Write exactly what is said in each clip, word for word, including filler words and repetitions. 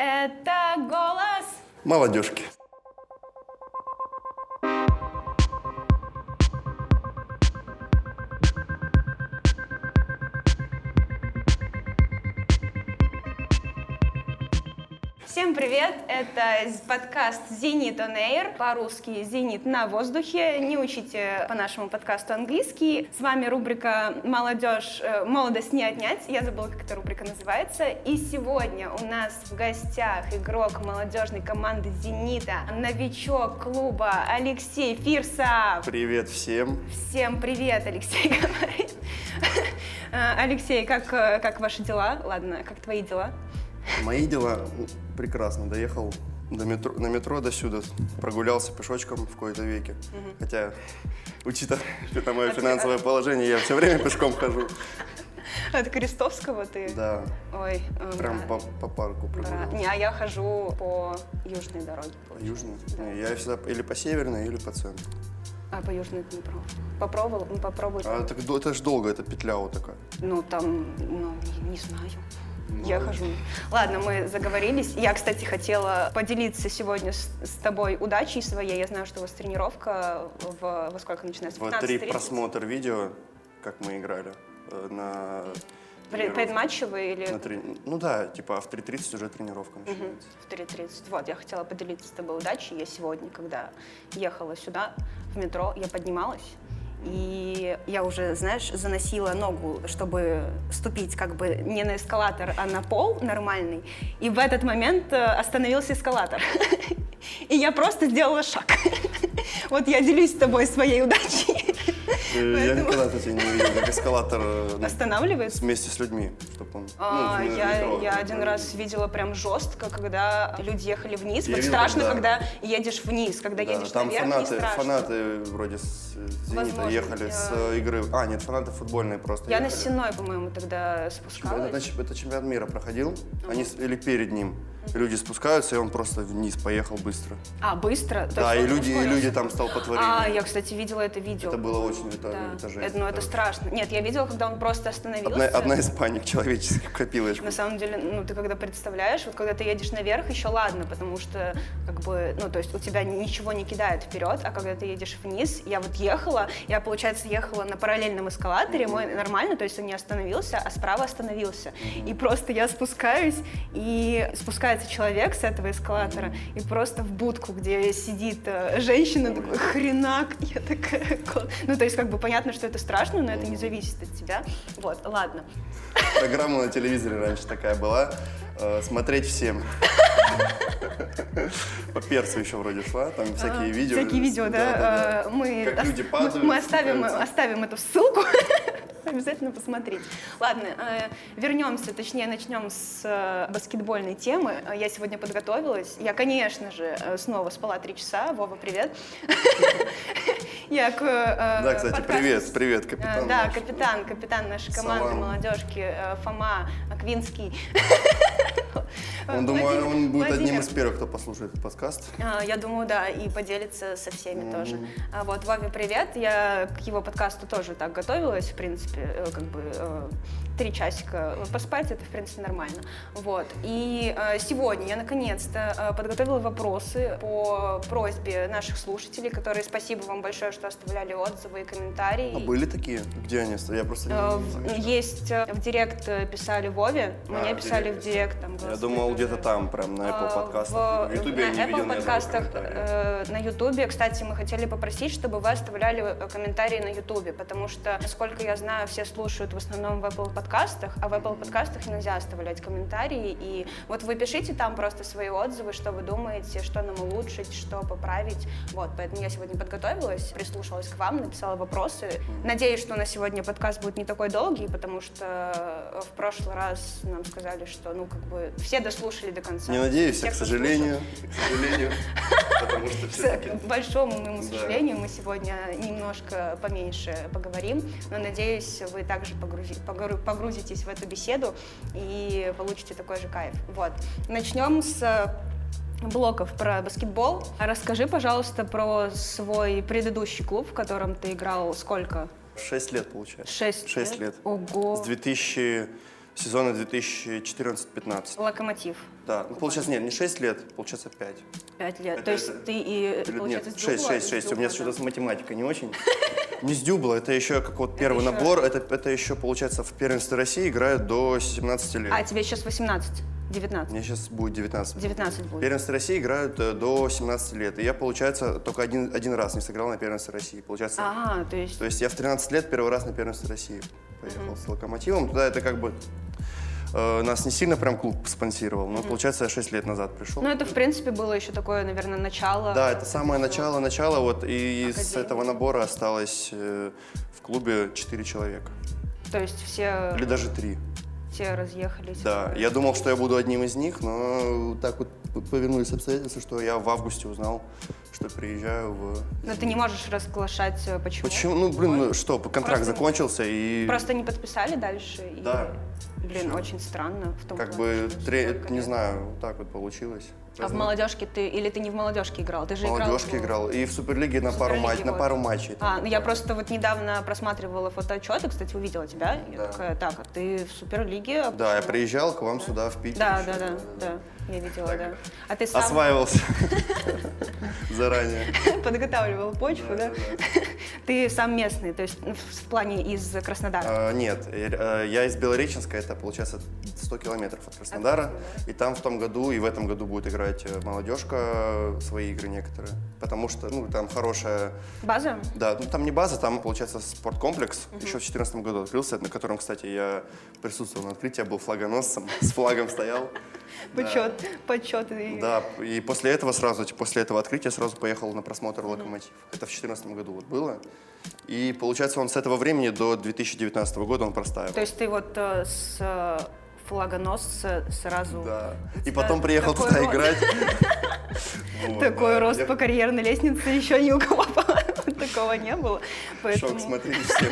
Это голос молодежки. Всем привет! Это подкаст «Зенит on Air», по-русски «Зенит на воздухе». Не учите по нашему подкасту английский. С вами рубрика «Молодежь, молодость не отнять». Я забыла, как эта рубрика называется. И сегодня у нас в гостях игрок молодежной команды «Зенита», новичок клуба Алексей Фирсов. Привет всем! Всем привет, Алексей говорит. Алексей, как, как ваши дела? Ладно, как твои дела? Мои дела прекрасно. Доехал до метро, на метро до сюда, прогулялся пешочком в кои-то веке. Угу. Хотя, учитывая мое финансовое положение, я все время пешком хожу. От Крестовского ты? Да. Ой, прям по, по парку прогулялся. Не, а я хожу по южной дороге. Южной? Да. Не, я всегда или по северной, или по центру. А по южной ты не пробовал? Попробовал? Ну, попробуй. А так, это ж долго, это петля вот такая. Ну, там, ну, не, не знаю. Я хожу. Ладно, мы заговорились. Я, кстати, хотела поделиться сегодня с, с тобой удачей своей. Я знаю, что у вас тренировка в, во сколько начинается? Вот три просмотра видео, как мы играли на... Предматчевые или... На три... Ну да, типа в три тридцать уже тренировка начинается. Угу. В три тридцать. Вот, я хотела поделиться с тобой удачей. Я сегодня, когда ехала сюда, в метро, я поднималась. И я уже, знаешь, заносила ногу, чтобы ступить как бы не на эскалатор, а на пол нормальный. И в этот момент остановился эскалатор. И я просто сделала шаг. Вот я делюсь с тобой своей удачей. Я никогда тебя не видел, как эскалатор останавливается вместе с людьми, чтобы он. А, ну, я, метро, я один раз видела прям жестко, когда люди ехали вниз. Я вот видел, страшно, когда... когда едешь вниз, когда да, едешь там наверх, фанаты, не страшно. фанаты вроде с Зенита Возможно, ехали я... с игры. А, нет, фанаты футбольные просто. Я ехали. на Сенной, по-моему, тогда спускалась. Это, это чемпионат мира проходил, Uh-huh. они или перед ним. Люди спускаются, и он просто вниз поехал быстро. А, быстро? То да, и люди, и ускорился? люди там столпотворили. А, я, кстати, видела это видео. Это было очень, это, да. это жесть. Это, ну, это да. страшно. Нет, я видела, когда он просто остановился. Одна, одна из паник человеческих, копилочку. На самом деле, ну, ты когда представляешь, вот когда ты едешь наверх, еще ладно, потому что, как бы, ну, то есть у тебя ничего не кидает вперед, а когда ты едешь вниз, я вот ехала, я, получается, ехала на параллельном эскалаторе, mm-hmm. мой нормально, то есть он не остановился, а справа остановился. Mm-hmm. И просто я спускаюсь, и спускается человек с этого эскалатора, и просто в будку, где сидит э, женщина, такой хренак, я такая... Ну, то есть, как бы, понятно, что это страшно, но это не зависит от тебя. Вот, ладно. Программа на телевизоре раньше такая была. Э, смотреть всем. По перцу еще вроде шла, там всякие а, видео. Всякие видео, да. да, да, да. Мы, как люди падают, мы, мы оставим, оставим эту ссылку. Обязательно посмотреть. Ладно, э, вернемся, точнее, начнем с э, баскетбольной темы. Я сегодня подготовилась. Я, конечно же, снова спала три часа. Вова, привет. Я к, э, да, кстати, подкасту... привет, привет, капитан. Э, да, наш. капитан, капитан нашей команды Салам. молодежки э, Фома Аквинский. Он, думаю, он будет одним из первых, кто послушает этот подкаст. Я думаю, да, и поделится со всеми mm-hmm. тоже. Вот, Вове, привет. Я к его подкасту тоже так готовилась, в принципе, как бы три часика поспать, это, в принципе, нормально. Вот. И сегодня я, наконец-то, подготовила вопросы по просьбе наших слушателей, которые, спасибо вам большое, что оставляли отзывы и комментарии. А были такие? Где они? Я просто не Есть, в директ писали Вове, а, мне писали в директ. Там, я думал, где-то там, прям на Apple подкастах. В Ютубе я не видел ни одного комментария. На Ютубе, кстати, мы хотели попросить, чтобы вы оставляли комментарии на Ютубе, потому что, насколько я знаю, все слушают в основном в Apple подкастах, а в Apple подкастах нельзя оставлять комментарии. И вот вы пишите там просто свои отзывы, что вы думаете, что нам улучшить, что поправить. Вот, поэтому я сегодня подготовилась, прислушалась к вам, написала вопросы. Надеюсь, что на сегодня подкаст будет не такой долгий, потому что в прошлый раз нам сказали, что, ну, как бы, все дослушали до конца. Не надеюсь, все, к сожалению, к сожалению, потому что все-таки... К большому моему сожалению, мы сегодня немножко поменьше поговорим, но, надеюсь, вы также погрузи... погрузитесь в эту беседу и получите такой же кайф. Вот. Начнем с блоков про баскетбол. Расскажи, пожалуйста, про свой предыдущий клуб, в котором ты играл сколько? Шесть лет, получается. Шесть, Шесть лет? лет? Ого! С две тысячи сезона две тысячи четырнадцать-пятнадцать. Локомотив. Да, ну, получается, нет, не шесть лет, получается пять. Пять лет. Это, То есть это, ты и, или, получается, нет, с шесть, Дюбла, шесть, с шесть. У Дюбла, меня да. что-то с математикой не очень. Не с Дюбла, это еще как вот первый еще- набор, это, это еще, получается, в первенстве России играют до семнадцати лет. А, тебе сейчас восемнадцать, девятнадцать. Мне сейчас будет девятнадцать. девятнадцать будет. В первенстве России играют э, до семнадцати лет. И я, получается, только один, один раз не сыграл на первенстве России. Получается, Ага, то есть... то есть я в тринадцать лет первый раз на первенстве России поехал с Локомотивом. Туда это как бы... э, нас не сильно прям клуб спонсировал, но, получается, я шесть лет назад пришел. Ну, это, в принципе, было еще такое, наверное, начало. Да, это самое начало, начало, вот, и из Академия. этого набора осталось э, в клубе четыре человека. То есть все, Или даже три. все разъехались. Да, я думал, что я буду одним из них, но так вот повернулись обстоятельства, что я в августе узнал, что приезжаю в... Но ты не можешь разглашать, э, почему. Почему? Ну, блин, ну что, контракт Просто- закончился, и Просто не подписали дальше? и- Да. Блин, Всё. очень странно. В том как плане, бы, что тре- столько не лет. знаю, вот так вот получилось. А в молодежке ты, или ты не в молодежке играл? Ты же В молодежке играл. в- играл, и в Суперлиге на, В пару, Суперлиге, матч, на вот. пару матчей. там А, ну я буквально. просто вот недавно просматривала фотоотчеты, кстати, увидела тебя. Я Да. такая, так, а ты в Суперлиге? А Да, я почему?» приезжал к вам сюда, в Питер. Да, еще, да, да, да, я видела, Так. да. А ты сам Осваивался заранее. подготавливал почву, да? Да, да, Ты сам местный, то есть ну, в в плане из Краснодара? А, нет, э, я из Белореченска, это получается сто километров от Краснодара. От Краснодара. И там в том году и в этом году будет играть э, молодежка, свои игры некоторые. Потому что, ну, там хорошая... База? Да, ну там не база, там, получается, спорткомплекс. Еще в две тысячи четырнадцатом году открылся, на котором, кстати, я присутствовал на открытии, я был флагоносцем, с флагом стоял. Почет, почет. и- Да, и после этого сразу, типа, после этого открытия сразу поехал на просмотр «Локомотив». Это в две тысячи четырнадцатом году вот было. И, получается, он с этого времени до две тысячи девятнадцатого года он простаивал. То есть ты вот э, с э, флагоносца сразу... Да. И тебя потом приехал такой туда рост- играть. Вот, Такой да. рост Я по карьерной лестнице еще ни у кого такого не было. Шок, Поэтому... смотри, всем.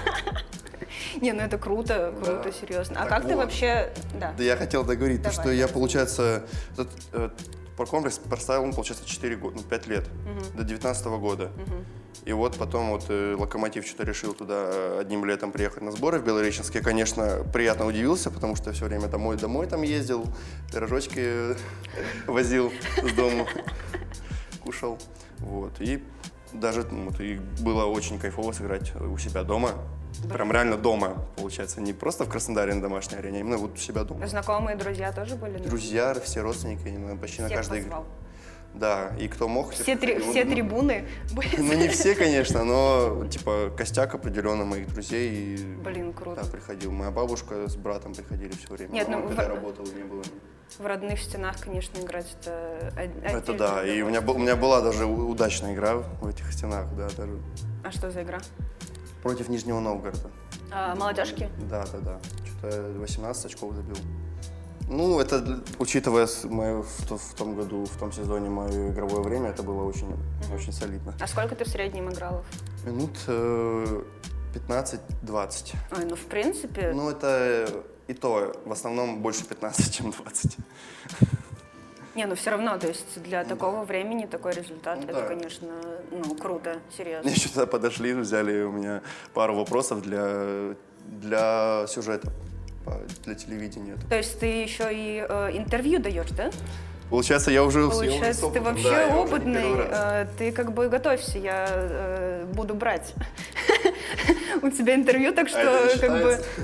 Не, ну это круто, круто, Да. серьезно. А Так как ты вот. вообще... Да. Да я хотел договорить, то, Давай, что я, давай. получается, этот э, паркомплекс проставил, он, получается, четыре года, ну, пять лет, до девятнадцатого года. И вот потом вот э, Локомотив что-то решил туда э, одним летом приехать на сборы в Белореченск. Я, конечно, приятно удивился, потому что я все время домой-домой там ездил, пирожочки э, возил с дому, кушал. Вот. И даже ну, вот, и было очень кайфово сыграть у себя дома. Прям реально дома, получается. Не просто в Краснодаре на домашней арене, а именно вот у себя дома. Знакомые, друзья тоже были? Друзья, все родственники, они, наверное, почти на Всех каждой игре. позвал? Да, и кто мог. Все, всех три, пригласил. все Ну, трибуны были? Ну, не все, конечно, но, типа, костяк определенно моих друзей. И, Блин, круто. Да, приходил. Моя бабушка с братом приходили все время. Нет, ну, Мама, в- когда работала, не было. В родных стенах, конечно, играть это... од- Это отдельное да, и у меня, был- у меня была даже у- удачная игра в этих стенах, да, даже А что за игра? против Нижнего Новгорода. А, молодежки? Да, да, да. Что-то я восемнадцать очков забил. Ну, это, для- учитывая с- мое, в, то- в том году, в том сезоне мое игровое время, это было очень, очень солидно. А сколько ты в среднем играл? Минут э, пятнадцать-двадцать. Ой, ну в принципе... Ну, это и то, в основном больше пятнадцать, чем двадцать. Не, ну все равно, то есть для такого времени такой результат, Ну это, да. конечно, ну круто, серьезно. Мне еще тогда подошли, взяли у меня пару вопросов для, для сюжета, по- для телевидения. То есть ты еще и э, интервью даешь, да? Получается, я уже... я уже с Получается, ты опытом, вообще да, я уже не опытный, первый раз. э, ты как бы готовься, я э, буду брать у тебя интервью, так А что это не как бы... считается?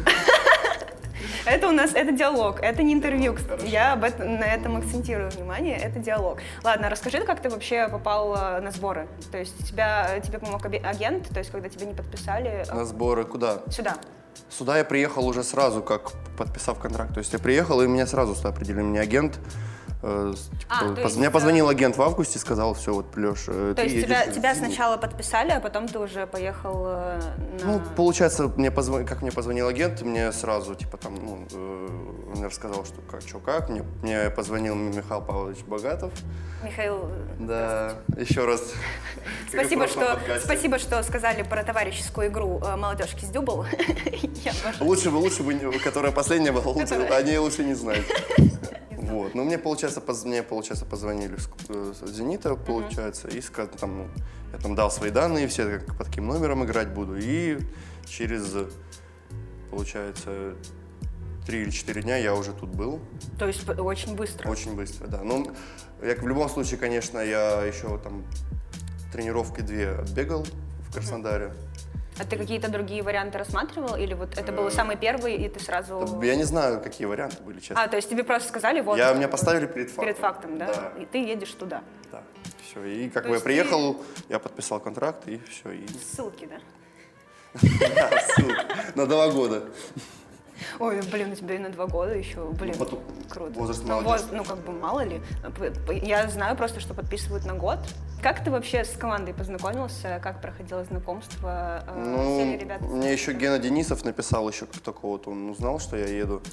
Это у нас, это диалог, это не интервью, кстати. Хорошо. Я об этом, на этом акцентирую внимание, это диалог. Ладно, расскажи, как ты вообще попал э, на сборы? То есть тебя, тебе помог аби- агент, то есть когда тебя не подписали? э, На сборы куда? Сюда. Сюда я приехал уже сразу, как подписав контракт. То есть я приехал, и меня сразу сюда определили. Мне агент... э, с- типа, А, то поз- есть, мне э, позвонил агент в августе, сказал, все, вот, Леш, э, То ты есть едешь тебя, в тебя «Зенит». сначала подписали, а потом ты уже поехал э, на... Ну, получается, мне позвон... как мне позвонил агент, мне сразу, типа, там, ну, э, он рассказал, что как, что как. Мне, мне позвонил Михаил Павлович Богатов. Михаил, Да, еще раз. как и в спасибо, прошлом что, подкасте. спасибо, что сказали про товарищескую игру э, «Молодежки с Дюбл». Я обожаю. Лучше бы, лучше бы, не- которая последняя была, лучше, Которая. о ней лучше не знать. Вот. Ну, мне, получается, поз- мне, получается, позвонили с э, с «Зенита», получается, и сказали, там, ну, я там дал свои данные, все, как, по каким номерам играть буду, и через, получается, три или четыре дня я уже тут был. То есть очень быстро? Очень быстро, да. Ну, я в любом случае, конечно, я еще там тренировки две отбегал в Краснодаре. А ты какие-то другие варианты рассматривал? Или вот это был самый первый, и ты сразу... Я не знаю, какие варианты были, честно. А, то есть тебе просто сказали, вот... Я, меня поставили перед фактом. Перед фактом, да? Да. И ты едешь туда. Да, все. И как То бы я есть приехал, ты- я подписал контракт, и все. И... Ссылки, да? Да, ссылка. На два года. Ой, блин, у тебя и на два года еще, блин, Ну, потом круто. возраст ну, молодежи. воз- ну, как бы, мало ли. П- п- Я знаю просто, что подписывают на год. Как ты вообще с командой познакомился? Как проходило знакомство? Э, Ну, все ли ребята мне еще Гена Денисов написал, еще как только вот он узнал, что я еду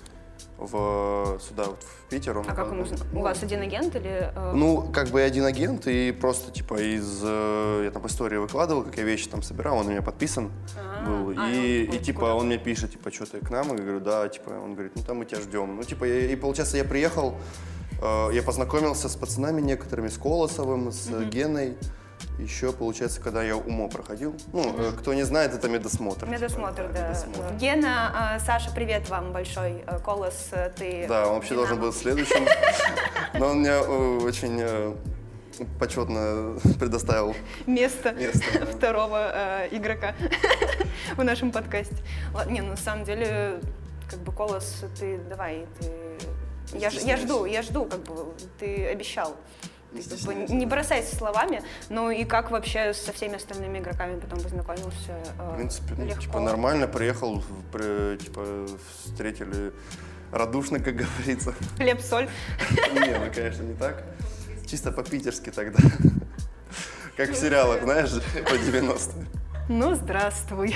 в, сюда, вот, в Питер. Он, А как он узнал? У вас один агент или... э, Ну, как бы я один агент, и просто, типа, из... э, Я там истории выкладывал, как я вещи там собирал, он у меня подписан А, был. а, и, ну, и, вот типа, круто. он мне пишет, типа, что ты к нам? Я говорю, да, типа, он говорит, ну, там мы тебя ждем. Ну, типа, я- и, получается, я приехал, э, я познакомился с пацанами некоторыми, с Колосовым, с э, Геной. Еще, получается, когда я УМО проходил. Ну, э, кто не знает, это медосмотр. типа, Медосмотр, да. медосмотр. Гена, э, Саша, привет вам большой. Э, Колос, э, ты... Да, он вообще должен был следующим, но он мне э, очень э, почетно предоставил Место, место. да. второго э, игрока в нашем подкасте. Ладно, не, ну, на самом деле, как бы, Колос, ты давай, ты... Я, ж- я Стесняюсь. жду, я жду, как бы, ты обещал. Не Ты, как бы, стесняйся, не да. бросайся словами, ну и как вообще со всеми остальными игроками потом познакомился? э, В принципе, ну, легко? типа, нормально, приехал, в- при- типа, встретили радушно, как говорится. Хлеб, соль. Не, ну, конечно, не так. Чисто по-питерски тогда. Как в сериалах, знаешь, по девяностым. Ну, здравствуй.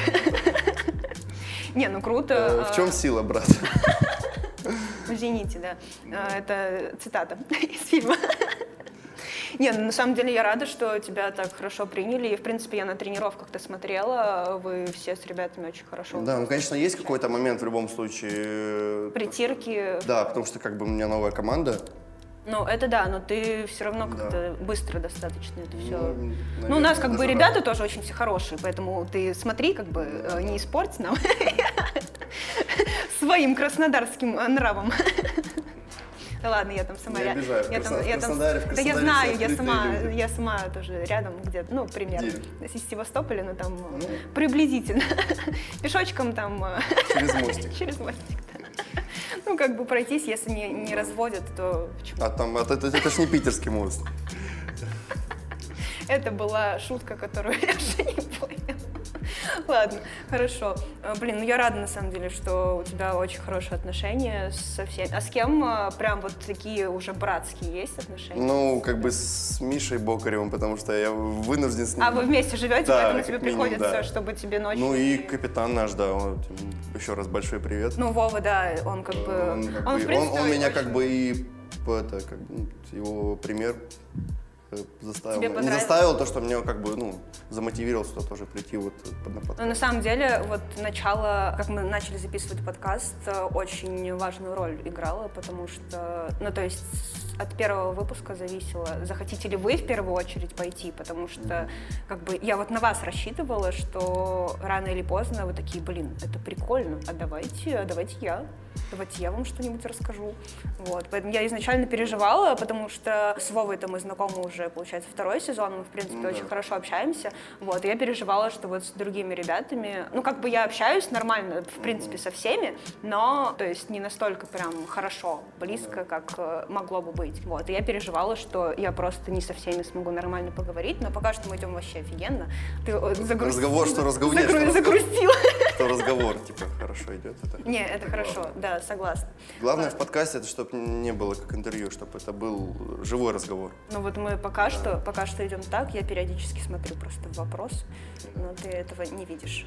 Не, ну круто. Э, В э, чем сила, брат? В «Зените», да. А, Это цитата из фильма. Не, ну, на самом деле я рада, что тебя так хорошо приняли. И, в принципе, я на тренировках-то смотрела, вы все с ребятами очень хорошо. Да, ну, конечно, есть какой-то момент в любом случае. Притирки. Да, потому что как бы у меня новая команда. Ну, это да, но ты все равно Да. как-то быстро достаточно это все. Ну, Ну, у наверное, нас как бы даже ребята рад. тоже очень все хорошие, поэтому ты смотри, как бы э, не испорть нам своим краснодарским э, нравом. Да ладно, я там сама... Не ря- обижай, в я там- Краснодар- я в там- Краснодаре- в Да я Краснодаре знаю, все я открытые сама, люди. я сама тоже рядом где-то, ну, примерно, Где? из Севастополя, ну, там, Ну. приблизительно. Пешочком там... э, Через мостик. Через мостик, да. Ну, как бы пройтись, если не, не разводят, то почему? А там, это, это, это ж не питерский мост. Это была шутка, которую я уже не поняла. Ладно, хорошо. Э, Блин, ну я рада на самом деле, что у тебя очень хорошие отношения со всеми. А с кем э, прям вот такие уже братские есть отношения? Ну, как бы с Мишей Бокаревым, потому что я вынужден с ним. А вы вместе живете, Да, поэтому как тебе минимум, приходится, да. чтобы тебе ночью... Ну и капитан наш, да, вот, еще раз большой привет. Ну, Вова, да, он как бы... Он, как он, бы- в принципе, он- он меня очень- как бы и это, как бы, ну, его пример э, заставил. Тебе Не понравилось? заставил то, что мне как бы, ну, замотивировал сюда тоже прийти вот под на подкаст. Ну, на самом деле, вот начало, как мы начали записывать подкаст, э, очень важную роль играло, потому что, ну, то есть от первого выпуска зависело, захотите ли вы в первую очередь пойти, потому что, как бы, я вот на вас рассчитывала, что рано или поздно вы такие, блин, это прикольно, а давайте, а давайте я. Давайте я вам что-нибудь расскажу. Вот. Поэтому я изначально переживала, потому что с Вовой-то мы знакомы уже, получается, второй сезон, мы, в принципе, Ну да. очень хорошо общаемся. Вот. И я переживала, что вот с другими ребятами, ну, как бы я общаюсь нормально, в принципе, со всеми, но, то есть, не настолько прям хорошо, близко, как э, могло бы быть. Вот. И я переживала, что я просто не со всеми смогу нормально поговорить, но пока что мы идем вообще офигенно. Ты э, загрустила. Разговор, что разговор, нет, Загру- что разговор. загрустила. Что разговор, типа, хорошо идет. Это, Не, это хорошо, главное. да, согласна. Главное в подкасте, это чтобы не было как интервью, чтобы это был живой разговор. Ну вот мы пока что, пока что идем так, я периодически смотрю просто в вопрос, но ты этого не видишь.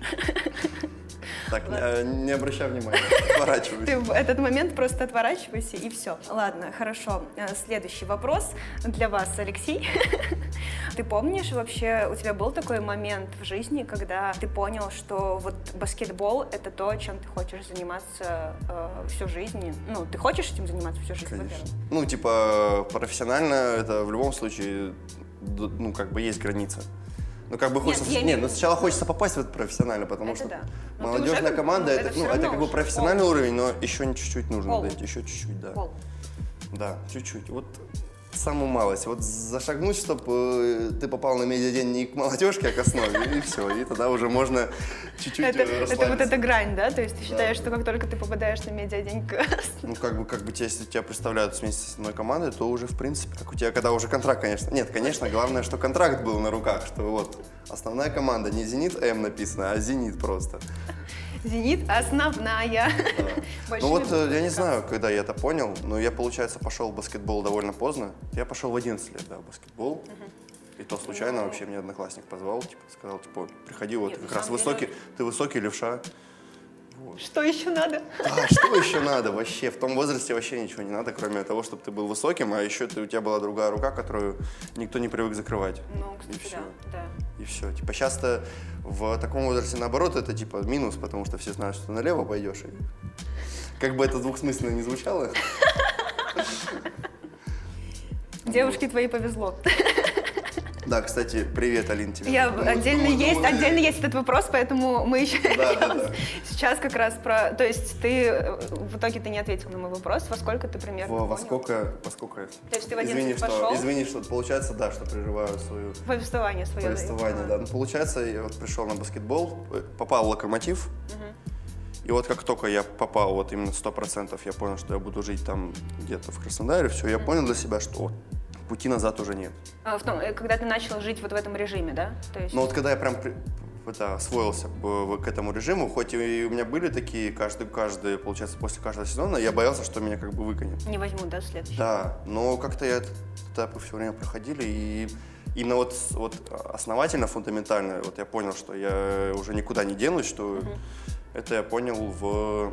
Так, не, не обращай внимания, отворачивайся. Ты в этот момент просто отворачивайся и все. Ладно, хорошо. Э, Следующий вопрос для вас, Алексей. Ты помнишь вообще, у тебя был такой момент в жизни, когда ты понял, что вот баскетбол — это то, чем ты хочешь заниматься э, всю жизнь? Ну, ты хочешь этим заниматься всю жизнь, Конечно. во-первых? Ну, типа, профессионально это в любом случае, д- ну, как бы есть граница. Ну, как бы хочется... Нет, Нет, я... ну сначала хочется попасть в это профессионально, потому это что да. молодежная уже, команда, ну, это, это, ну, это как бы профессиональный пол. уровень, но еще чуть-чуть нужно Пол. дойти, еще чуть-чуть, да. Пол. Да, чуть-чуть. Вот самую малость. Вот зашагнуть, чтобы ты попал на медиадень не к молодежке, а к основе, и все. И тогда уже можно чуть-чуть это, расслабиться. Это вот эта грань, да? То есть ты считаешь, да, что да. как только ты попадаешь на медиадень к... Ну, как бы, как бы тебя, если тебя представляют вместе с одной командой, то уже, в принципе, как у тебя, когда уже контракт, конечно. Нет, конечно, главное, что контракт был на руках, что вот основная команда, не «Зенит М» написано, а «Зенит» просто. «Зенит» основная. Да. Ну вот я не знаю, когда я это понял, но я, получается, пошел в баскетбол довольно поздно. Я пошел в одиннадцать лет, да, в баскетбол. Uh-huh. И то случайно ну... вообще меня одноклассник позвал, типа, сказал, типа, приходи, вот, Нет, ты как раз деле... высокий, ты высокий, левша. Вот. Что еще надо? Да, что еще надо вообще? В том возрасте вообще ничего не надо, кроме того, чтобы ты был высоким, а еще ты, у тебя была другая рука, которую никто не привык закрывать. Ну, кстати, и все. Да, да. И все. Типа сейчас-то в таком возрасте наоборот это типа минус, потому что все знают, что ты налево пойдешь. И... Как бы это двухсмысленно не звучало. Девушке твоей повезло. Да, да, кстати, привет, Алин, тебе. Я думаю, отдельно, думаю, есть, думаю, отдельно есть этот вопрос, поэтому мы еще да, да, да. сейчас как раз про... То есть ты, в итоге ты не ответил на мой вопрос, во сколько ты примерно Во, во понял? сколько, во сколько... То есть ты в извини, одиннадцать что, пошел? Извини, что получается, да, что прерываю свою... Повествование свое. Повествование, да. да. Ну, получается, я вот пришел на баскетбол, попал в «Локомотив», угу. И вот как только я попал, вот именно сто процентов я понял, что я буду жить там где-то в Краснодаре, все, я угу. понял для себя, что пути назад уже нет. А, в том, когда ты начал жить вот в этом режиме, да? То есть... Ну вот когда я прям это, освоился к этому режиму, хоть и у меня были такие, каждый, каждый, получается, после каждого сезона, я боялся, что меня как бы выкинет. Не возьму, да, следующий? Да, но как-то я этапы все время проходили, и именно вот, вот основательно, фундаментально, вот я понял, что я уже никуда не денусь, что угу. это я понял в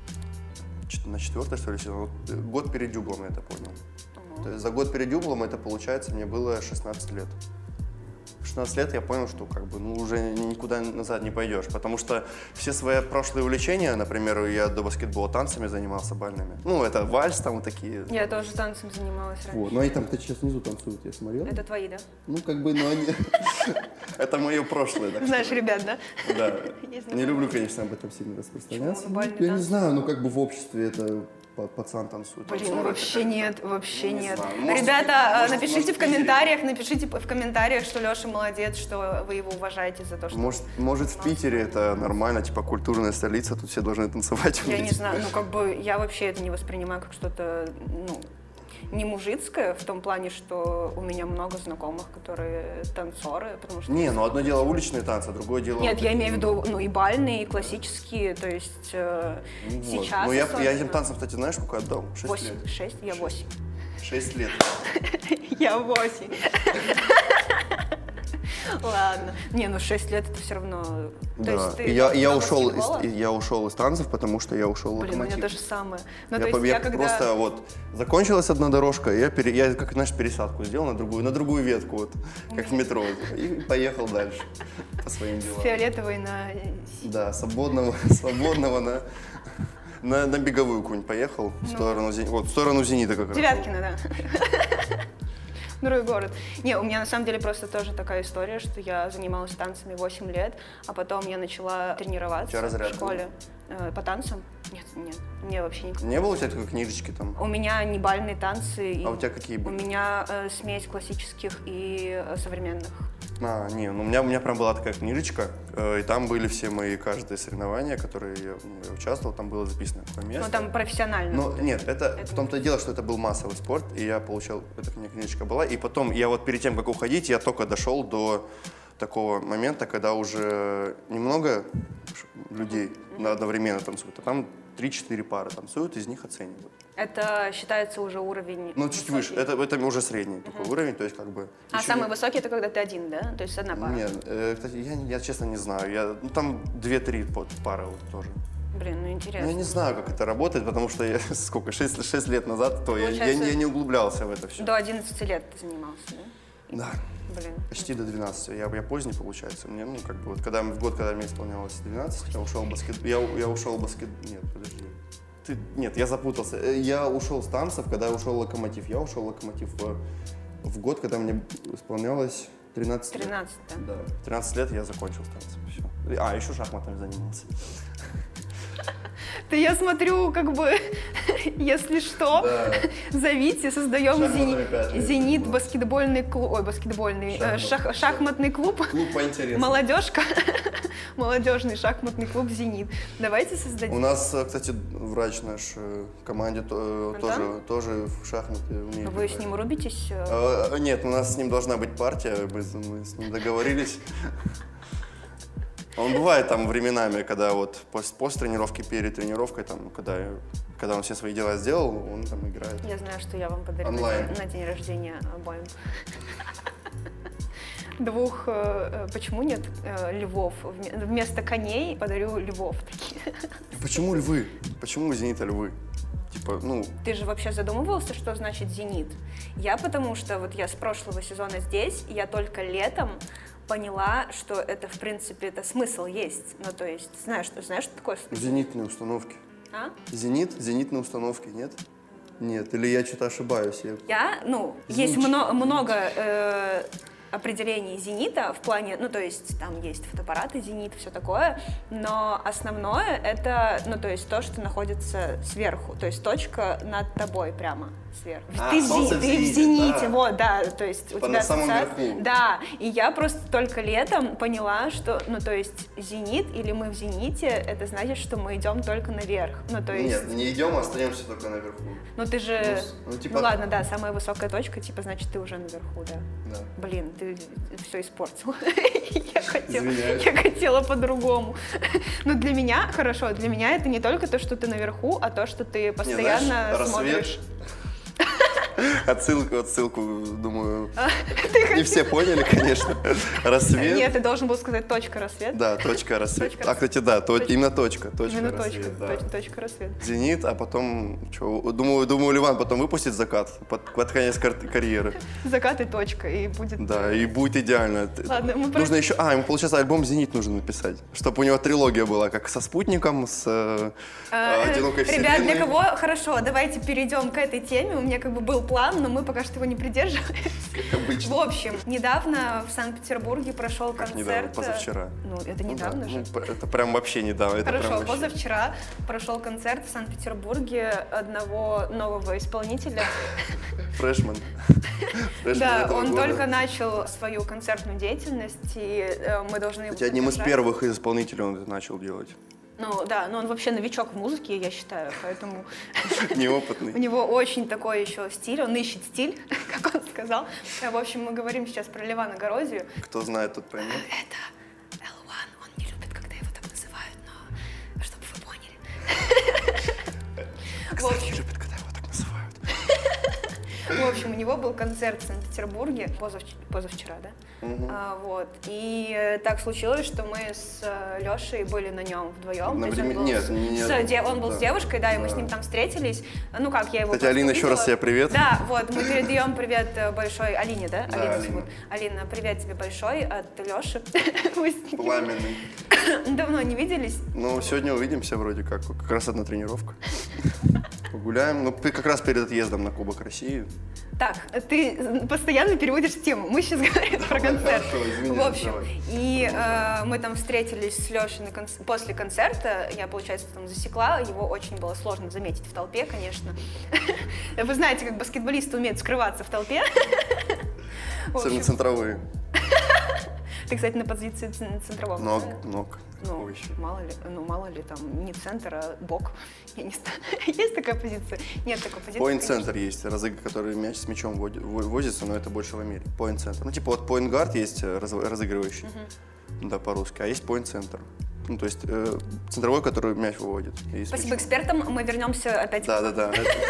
на четвертый, что ли, сезон, год перед дюблом я это понял. То есть за год перед дюблом это, получается, мне было шестнадцать лет. В шестнадцать лет я понял, что как бы, ну, уже никуда назад не пойдешь, потому что все свои прошлые увлечения, например, я до баскетбола танцами занимался бальными. Ну, это вальс там вот такие. Я тоже танцем занималась раньше. Вот, ну они там сейчас внизу танцуют, я смотрел. Это твои, да? Ну, как бы, ну они... Это мое прошлое, так Знаешь, ребят, да? Да. Не люблю, конечно, об этом сильно распространяться. Бальный Я танц? не знаю, ну как бы в обществе это пацан танцует. Блин, вообще нет, вообще не нет. Может, Ребята, может, напишите может, в комментариях, напишите в комментариях, что Леша молодец, что вы его уважаете за то, что... Может, может в Питере это нормально, типа культурная столица, тут все должны танцевать вместе. Я не знаю, ну как бы я вообще это не воспринимаю как что-то, ну, не мужицкое, в том плане, что у меня много знакомых, которые танцоры, потому что... Не, ну одно дело уличные танцы, другое дело... Нет, вот я такие... имею в виду, ну, и бальные, и классические, то есть э, ну, сейчас... Вот. Ну я, я этим танцам, кстати, знаешь, сколько отдал? Шесть восемь, лет. шесть, я восемь. Шесть лет. Я восемь. Ладно. Не, ну шесть лет это все равно... Да. То есть ты я, я, ушел из, я ушел из танцев, потому что я ушел в Блин, Локомотив. у меня то же самое. Ну, я, то есть я, я когда... просто вот закончилась одна дорожка, я, пере, я как, знаешь, пересадку сделал на другую, на другую ветку, вот, как в метро, и поехал дальше по своим делам. С фиолетовой на... Да, свободного, свободного на... На, на беговую какую-нибудь поехал, в сторону, ну. вот, в сторону «Зенита» как раз. Девяткино, да. Другой город. Не, у меня на самом деле просто тоже такая история, что я занималась танцами восемь лет, а потом я начала тренироваться в школе э, по танцам. Нет, нет, мне вообще никакого. Не было у тебя такой книжечки там? У меня не бальные танцы. А и у тебя какие были? У меня э, смесь классических и э, современных. А, не, ну у меня, у меня прям была такая книжечка, э, и там были все мои каждые соревнования, которые я, ну, я участвовал, там было записано какое место. Ну там профессионально. Но нет, это, это в том-то и дело, что это был массовый спорт, и я получал, эта у меня книжечка была, и потом я вот перед тем, как уходить, я только дошел до такого момента, когда уже немного людей mm-hmm. одновременно танцуют, а там три-четыре пары танцуют, из них оценивают. Это считается уже уровень... Ну, чуть выше. Это, это уже средний uh-huh. такой уровень, то есть как бы... А самый не... высокий — это когда ты один, да? То есть одна пара? Нет, э, кстати, я, я честно не знаю. Я, ну, там две-три пары вот тоже. Блин, ну интересно. Ну, я не знаю, как это работает, потому что я сколько, шесть лет назад, то я, я, я не углублялся в это все. До одиннадцати лет ты занимался, да? Да. Блин. Почти до двенадцати. Я, я поздний, получается. Мне, ну, как бы, вот, когда, в год, когда мне исполнялось двенадцать, я ушел в баскет... Я, я ушел в баскет... Нет, подожди. Ты... Нет, я запутался. Я ушел с танцев, когда я ушел в Локомотив. Я ушел в Локомотив в, в год, когда мне исполнялось тринадцать, тринадцать, лет. Да. В тринадцать лет я закончил танцы. Все. А, еще шахматами занимался. Да я смотрю, как бы, если что, да. Зовите, создаем зени... «Зенит» баскетбольный клуб, ой, баскетбольный, Шахмат. шах... шахматный клуб. Клуб по интересам. Молодежка. Молодежный шахматный клуб «Зенит». Давайте создадим. У нас, кстати, врач наш в команде тоже, тоже в шахматы умеет. Вы с ним рубитесь? А, нет, у нас с ним должна быть партия, мы, мы с ним договорились. Он бывает там временами, когда вот после, после тренировки, перед тренировкой, там, когда, когда он все свои дела сделал, он там играет. Я знаю, что я вам подарю онлайн. На, на день рождения обоим. Двух, почему нет, львов? Вместо коней подарю львов. Почему львы? Почему у «Зенита» львы? Типа, ну... Ты же вообще задумывался, что значит «Зенит»? Я потому что вот я с прошлого сезона здесь, и я только летом поняла, что это, в принципе, это смысл есть. Ну, то есть, знаешь, знаешь, что такое смысл? Зенитные установки. А? Зенит? Зенитные установки, нет? Нет, или я что-то ошибаюсь? Я, я ну, Зенит. Есть много, много э, определений «Зенита» в плане, ну, то есть, там есть фотоаппараты «Зенит», все такое, но основное это, ну, то есть, то, что находится сверху, то есть, точка над тобой прямо сверху. А, ты, в, солнце в ты зените, в «Зените», да. вот, да, то есть, у типа тебя на самом ассоциация. верху. Да, и я просто только летом поняла, что, ну, то есть, «Зенит» или мы в «Зените», это значит, что мы идем только наверх, ну, то есть... Нет, не идем, а остаемся только наверху. Ну, ты же... Ну, ну, типа... ну ладно, да, самая высокая точка, типа, значит, ты уже наверху, да. Да. Блин, ты все испортил. я, хотела, Извиняюсь. я хотела по-другому. Но для меня, хорошо, для меня это не только то, что ты наверху, а то, что ты постоянно не, знаешь, смотришь. Отсылку, отсылку, думаю, не все поняли, конечно. Рассвет. Нет, ты должен был сказать точка рассвет. Да, точка рассвет. Точка. А, кстати, да, то, именно точка. точка Именно рассвет, точка, да. точка, точка рассвет. «Зенит», а потом, что, думаю, думаю, Ливан потом выпустит «Закат» под, под конец кар карьеры. Закат и точка, и будет... Да, и будет идеально. Ладно, мы нужно просто... еще, а, ему, получается, альбом «Зенит» нужно написать, чтобы у него трилогия была, как со «Спутником», с э, а, «Одинокой вселенной». Ребят, для кого? Хорошо, давайте перейдем к этой теме. У меня как бы был план, но мы пока что его не придерживаемся. Как обычно. В общем, недавно в Санкт-Петербурге прошел Как концерт. недавно, позавчера. Ну, это недавно ну, же. Ну, это прям вообще недавно. Это Хорошо, прям вообще... позавчера прошел концерт в Санкт-Петербурге одного нового исполнителя. Фрешман. Да, он только начал свою концертную деятельность, и мы должны его Кстати, одним из первых исполнителей он это начал делать. Ну да, но он вообще новичок в музыке, я считаю, поэтому... Неопытный. У него очень такой еще стиль, он ищет стиль, как он сказал. В общем, мы говорим сейчас про Левана Горозию. Кто знает, тот поймет. Это эл один, он не любит, когда его так называют, но чтобы вы поняли. Кстати, не любит, когда его так называют. В общем, у него был концерт в Санкт-Петербурге позавчера, позавчера, да? Угу. А, вот. И так случилось, что мы с Лешей были на нем вдвоем. На То есть времен... он был, Нет, с... нет. С... он был да. с девушкой, да, и да. мы с ним там встретились. Ну как, я его Кстати, Алина, еще раз тебе привет. Да, вот, мы передаем привет большой Алине, да? Да, Алина Алина. зовут. Алина, привет тебе большой от Леши. Пламенный. Давно не виделись. Ну, сегодня увидимся вроде как. Как раз одна тренировка. Погуляем. Ну, как раз перед отъездом на Кубок России. Так, ты постоянно переводишь тему. Мы сейчас говорим про концерт. Хорошо, извиняюсь, В общем, давай. и э, мы там встретились с Лешей на кон... после концерта. Я, получается, там засекла. Его очень было сложно заметить в толпе, конечно. Вы знаете, как баскетболисты умеют скрываться в толпе. Особенно центровые. Ты, кстати, на позиции центрового. Ног, ног. Ну, мало ли, ну, мало ли, там, не центр, а бок. Я не знаю. Есть такая позиция? Нет такой позиции. Point-центр есть, разыг... который мяч с мячом возится, но это больше в Америке. Point-центр. Ну, типа вот point-guard есть раз... разыгрывающий, uh-huh. да, по-русски, а есть point-центр. Ну, то есть э, центровой, который мяч выводит. Спасибо экспертам, мы вернемся опять. Да, да, да.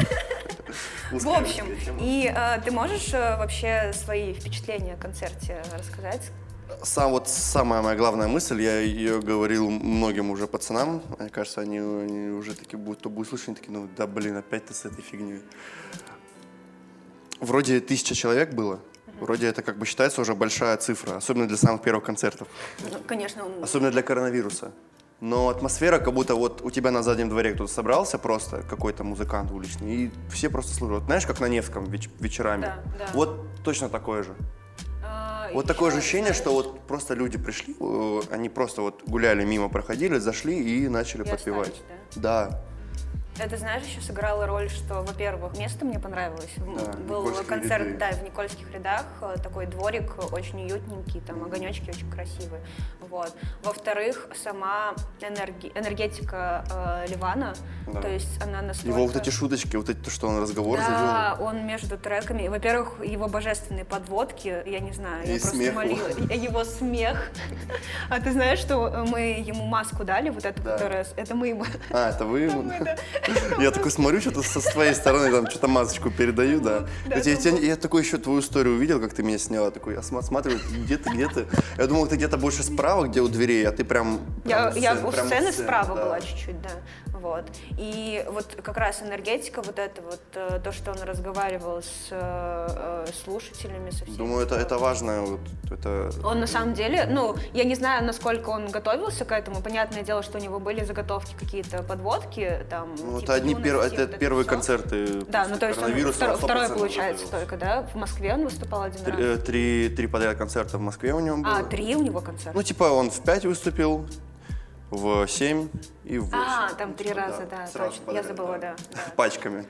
В общем, и э, ты можешь э, вообще свои впечатления о концерте рассказать? Сам, вот самая моя главная мысль, я ее говорил многим уже пацанам, мне кажется, они, они уже такие будут, то будут слышать, они такие, ну да блин, опять ты с этой фигней. Вроде тысяча человек было, угу. Вроде это как бы считается уже большая цифра, особенно для самых первых концертов. Ну, конечно. Он... Особенно для коронавируса. Но атмосфера, как будто вот у тебя на заднем дворе кто-то собрался просто, какой-то музыкант уличный, и все просто слушают. Вот, знаешь, как на Невском веч вечерами? Да, да. Вот точно такое же. А, Вот такое же ещё, ощущение, знаешь, что вот просто люди пришли, э, они просто вот гуляли мимо, проходили, зашли и начали И подпевать. остались, Да. Это, знаешь, еще сыграло роль, что, во-первых, место мне понравилось. Да, Был Никольские концерт, ряды. да, в Никольских рядах, э, такой дворик очень уютненький, там огонечки очень красивые. Вот. Во-вторых, сама энерги- энергетика э, Ливана, Да. то есть она настолько... Его вот эти шуточки, вот эти, то, что он разговор Да, завел. он между треками. Во-первых, его божественные подводки, я не знаю, И я просто смех молила. его. Его смех. А ты знаешь, что мы ему маску дали, вот эту, Да. которая... Это мы ему... А, это вы ему? Я такой смотрю, что-то со своей стороны, там что-то масочку передаю, да. Да, Я, я, это я, я такой еще твою историю увидел, как ты меня сняла, такой, я сма- смотрю, где ты, где ты. Я думал, ты где-то больше справа, где у дверей, а ты прям... Я, прям я сцены, у прям сцены сцены, справа да. была чуть-чуть, да. Вот. И вот как раз энергетика, вот это вот, э, то, что он разговаривал с э, э, слушателями, со всеми. Думаю, это, это важно, вот, это... Он на самом деле, ну, я не знаю, насколько он готовился к этому. Понятное дело, что у него были заготовки, какие-то подводки, там, Ну, типа это одни юности, пер- вот это это первые всё. концерты. Да, ну то есть он коронавируса, второй, он сто второй процентов получается готовился. только, да? В Москве он выступал один Три, раз. э, три, три подряд концерта в Москве у него было. А, три у него концерта? Ну, типа, он в пять выступил, в семь и в восемь. А, там три Типа, раза, да, сразу точно. подряд, Я забыла, да. да. Пачками.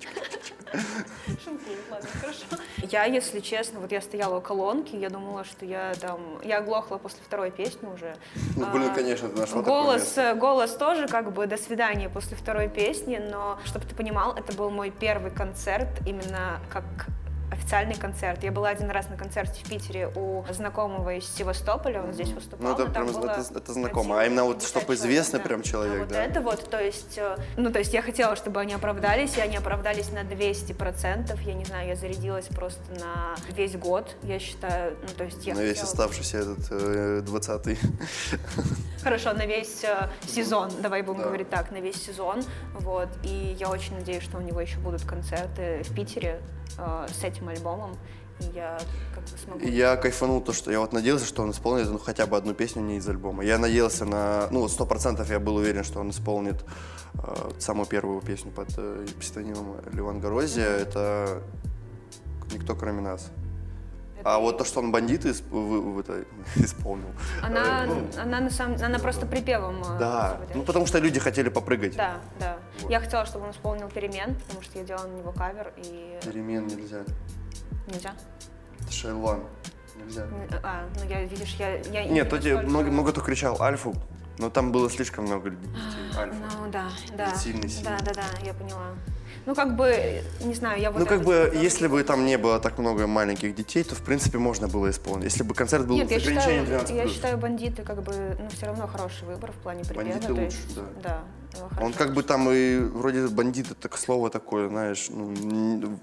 Шуткую, ладно, хорошо. Я, если честно, вот я стояла у колонки, я думала, что я там... Я оглохла после второй песни уже. Ну, блин, А, конечно, ты нашла такое голос, место. голос тоже как бы до свидания после второй песни, но, чтобы ты понимал, это был мой первый концерт именно как официальный концерт. Я была один раз на концерте в Питере у знакомого из Севастополя, он здесь выступал. Ну, это но там прям, было это, это знакомо. от силы А именно вот, пятьдесят чтобы человек, известный да. прям человек, А вот да. это вот, то есть, э, ну, то есть я хотела, чтобы они оправдались, и они оправдались на двести процентов. Я не знаю, я зарядилась просто на весь год, я считаю, ну, то есть я На весь хотела- оставшийся этот э, двадцатый. Хорошо, на весь э, сезон, давай будем Да. говорить так, на весь сезон, вот, и я очень надеюсь, что у него еще будут концерты в Питере э, с этим альбомом, и я как бы смогу... И я кайфанул, то, что я вот надеялся, что он исполнит ну, хотя бы одну песню не из альбома. Я надеялся на, ну, сто процентов я был уверен, что он исполнит э, самую первую песню под э, псевдонимом Ливан Горозия. Это «Никто, кроме нас». Это А и- вот то, что он «Бандиты» исп- вы- вы- это, исполнил. Она, э, ну, она, на самом, она просто припевом... э, да, заводила. ну потому что люди хотели попрыгать. Да, да. Вот. Я хотела, чтобы он исполнил «Перемен», потому что я делала на него кавер, и... Перемен нельзя. Нельзя? Это Шейлван. Нельзя. А, ну я, видишь, я... я Нет, не тут настолько- много, много кто кричал «Альфу», но там было слишком много детей. Альфа. Ну да, да. Сильный, сильный. Да, да, да, я поняла. Ну как бы, не знаю, я вот Ну, как это бы, сказала. если бы там не было так много маленьких детей, то, в принципе, можно было исполнить. Если бы концерт был Нет, с я ограничением считаю, двенадцать я плюс. считаю, «Бандиты» как бы, ну, все равно хороший выбор в плане припева. «Бандиты» то лучше, есть, да. Да. э, Он хорошо. как бы там и вроде «бандит» — это слово такое, знаешь, ну, н-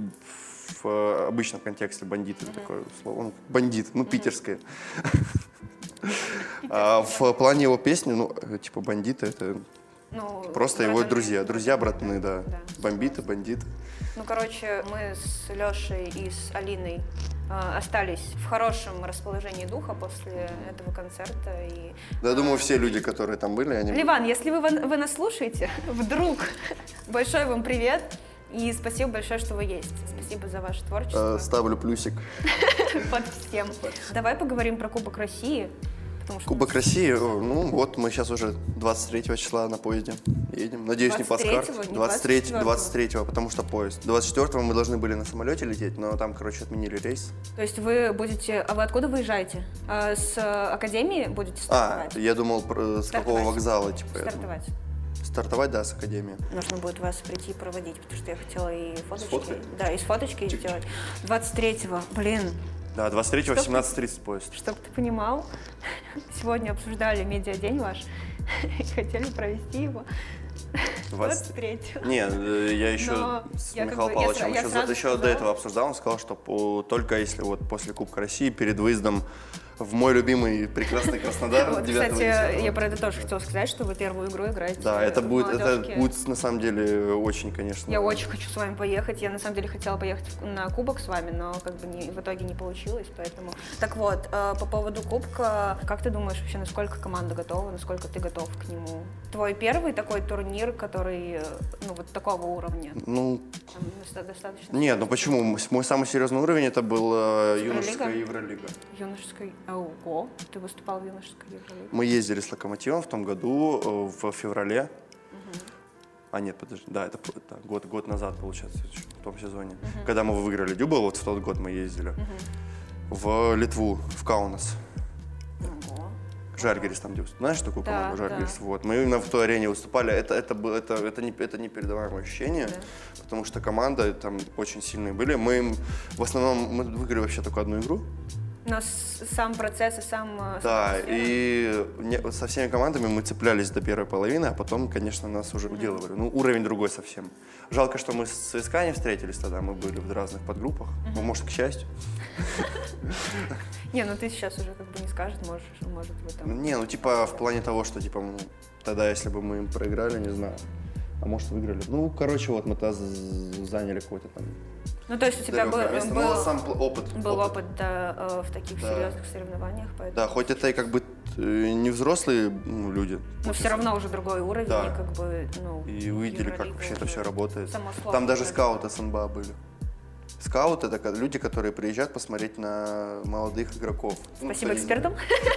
в э, обычном контексте «бандит» — это такое слово, ну, «бандит», ну, питерское. А в плане его песни, ну, э, типа «бандиты» — это Ну, просто его братаны, друзья, друзья, братаны, да. Да. Бомбиты, бандиты. Ну, короче, мы с Лешей и с Алиной э, остались в хорошем расположении духа после этого концерта. И... Да, я думаю, все люди, которые там были, они... Ливан, если вы, вы нас слушаете, вдруг, большой вам привет. И спасибо большое, что вы есть. Спасибо за ваше творчество. Э, Ставлю плюсик. Под всем. Давай поговорим про Кубок России. потому что- Кубок России, о, ну вот мы сейчас уже двадцать третьего числа на поезде едем. Надеюсь, не двадцать третьего, плацкарт. не двадцать третьего, двадцать четвёртого. двадцать третьего, потому что поезд. двадцать четвёртого мы должны были на самолете лететь, но там, короче, отменили рейс. То есть вы будете... А вы откуда выезжаете? А, с э, академии будете А, стартовать? я думал, про- с какого Стартовать. вокзала, типа. я думал. Стартовать. Стартовать, да, с академии. Нужно будет вас прийти и проводить, потому что я хотела и фоточки. фоткой? Да, и с фоточки сделать. двадцать третьего, блин, Да, двадцать третьего в Чтоб- семнадцать тридцать поезд. чтобы ты понимал, сегодня обсуждали медиадень ваш и хотели провести его двадцать третьего. Не, э, я еще Но с я как Михаилом бы- я Павловичем сра- я еще, сразу еще до сказала. этого обсуждал, он сказал, что по- только если вот после Кубка России перед выездом в мой любимый прекрасный Краснодар. Вот, кстати, я про это тоже хотела сказать, что вы первую игру играете. Да, это будет, это будет на самом деле очень, конечно. Я очень хочу с вами поехать. Я на самом деле хотела поехать на кубок с вами, но как бы не, в итоге не получилось, поэтому. Так вот, по поводу кубка, как ты думаешь вообще, насколько команда готова, насколько ты готов к нему? Твой первый такой турнир, который, ну вот такого уровня? Ну, там, достаточно. Нет, ну почему? Мой самый серьезный уровень это был юношеская Евролига. Юношеская. Ого, ты выступал в юношеской Евролиге? Мы ездили с Локомотивом в том году, в феврале. Угу. А нет, подожди, да, это, это год, год назад, получается, в том сезоне. Угу. Когда мы выиграли Дюбл, вот в тот год мы ездили. Угу. В Литву, в Каунас. Ого. Жальгирис там, где знаешь такую да, команду Жальгирис? Да. Вот. Мы именно в той арене выступали. Это, это, это, это, не, это непередаваемое ощущение, да. Потому что команды там очень сильные были. Мы в основном мы выиграли вообще только одну игру. Но сам процесс и сам... Да, и не, со всеми командами мы цеплялись до первой половины, а потом, конечно, нас уже уделывали. Mm-hmm. Ну, уровень другой совсем. Жалко, что мы с ЦСКА не встретились тогда, мы были в разных подгруппах. Mm-hmm. Ну, может, к счастью. Не, ну ты сейчас уже как бы не скажешь, можешь, может вы там... Не, ну типа в плане того, что типа, ну, тогда, если бы мы им проиграли, не знаю, а может, выиграли. Ну, короче, вот мы тогда заняли какой-то там... Ну, то есть у тебя был, был, сам опыт, был опыт, опыт да, в таких да. серьезных соревнованиях. Поэтому... Да, хоть это и как бы не взрослые ну, люди. Но все равно уже другой уровень. Да. И, как бы, ну, и увидели, как вообще это все работает. Там даже скауты с эн бэ а были. Скауты — это люди, которые приезжают посмотреть на молодых игроков. Спасибо ну, экспертам.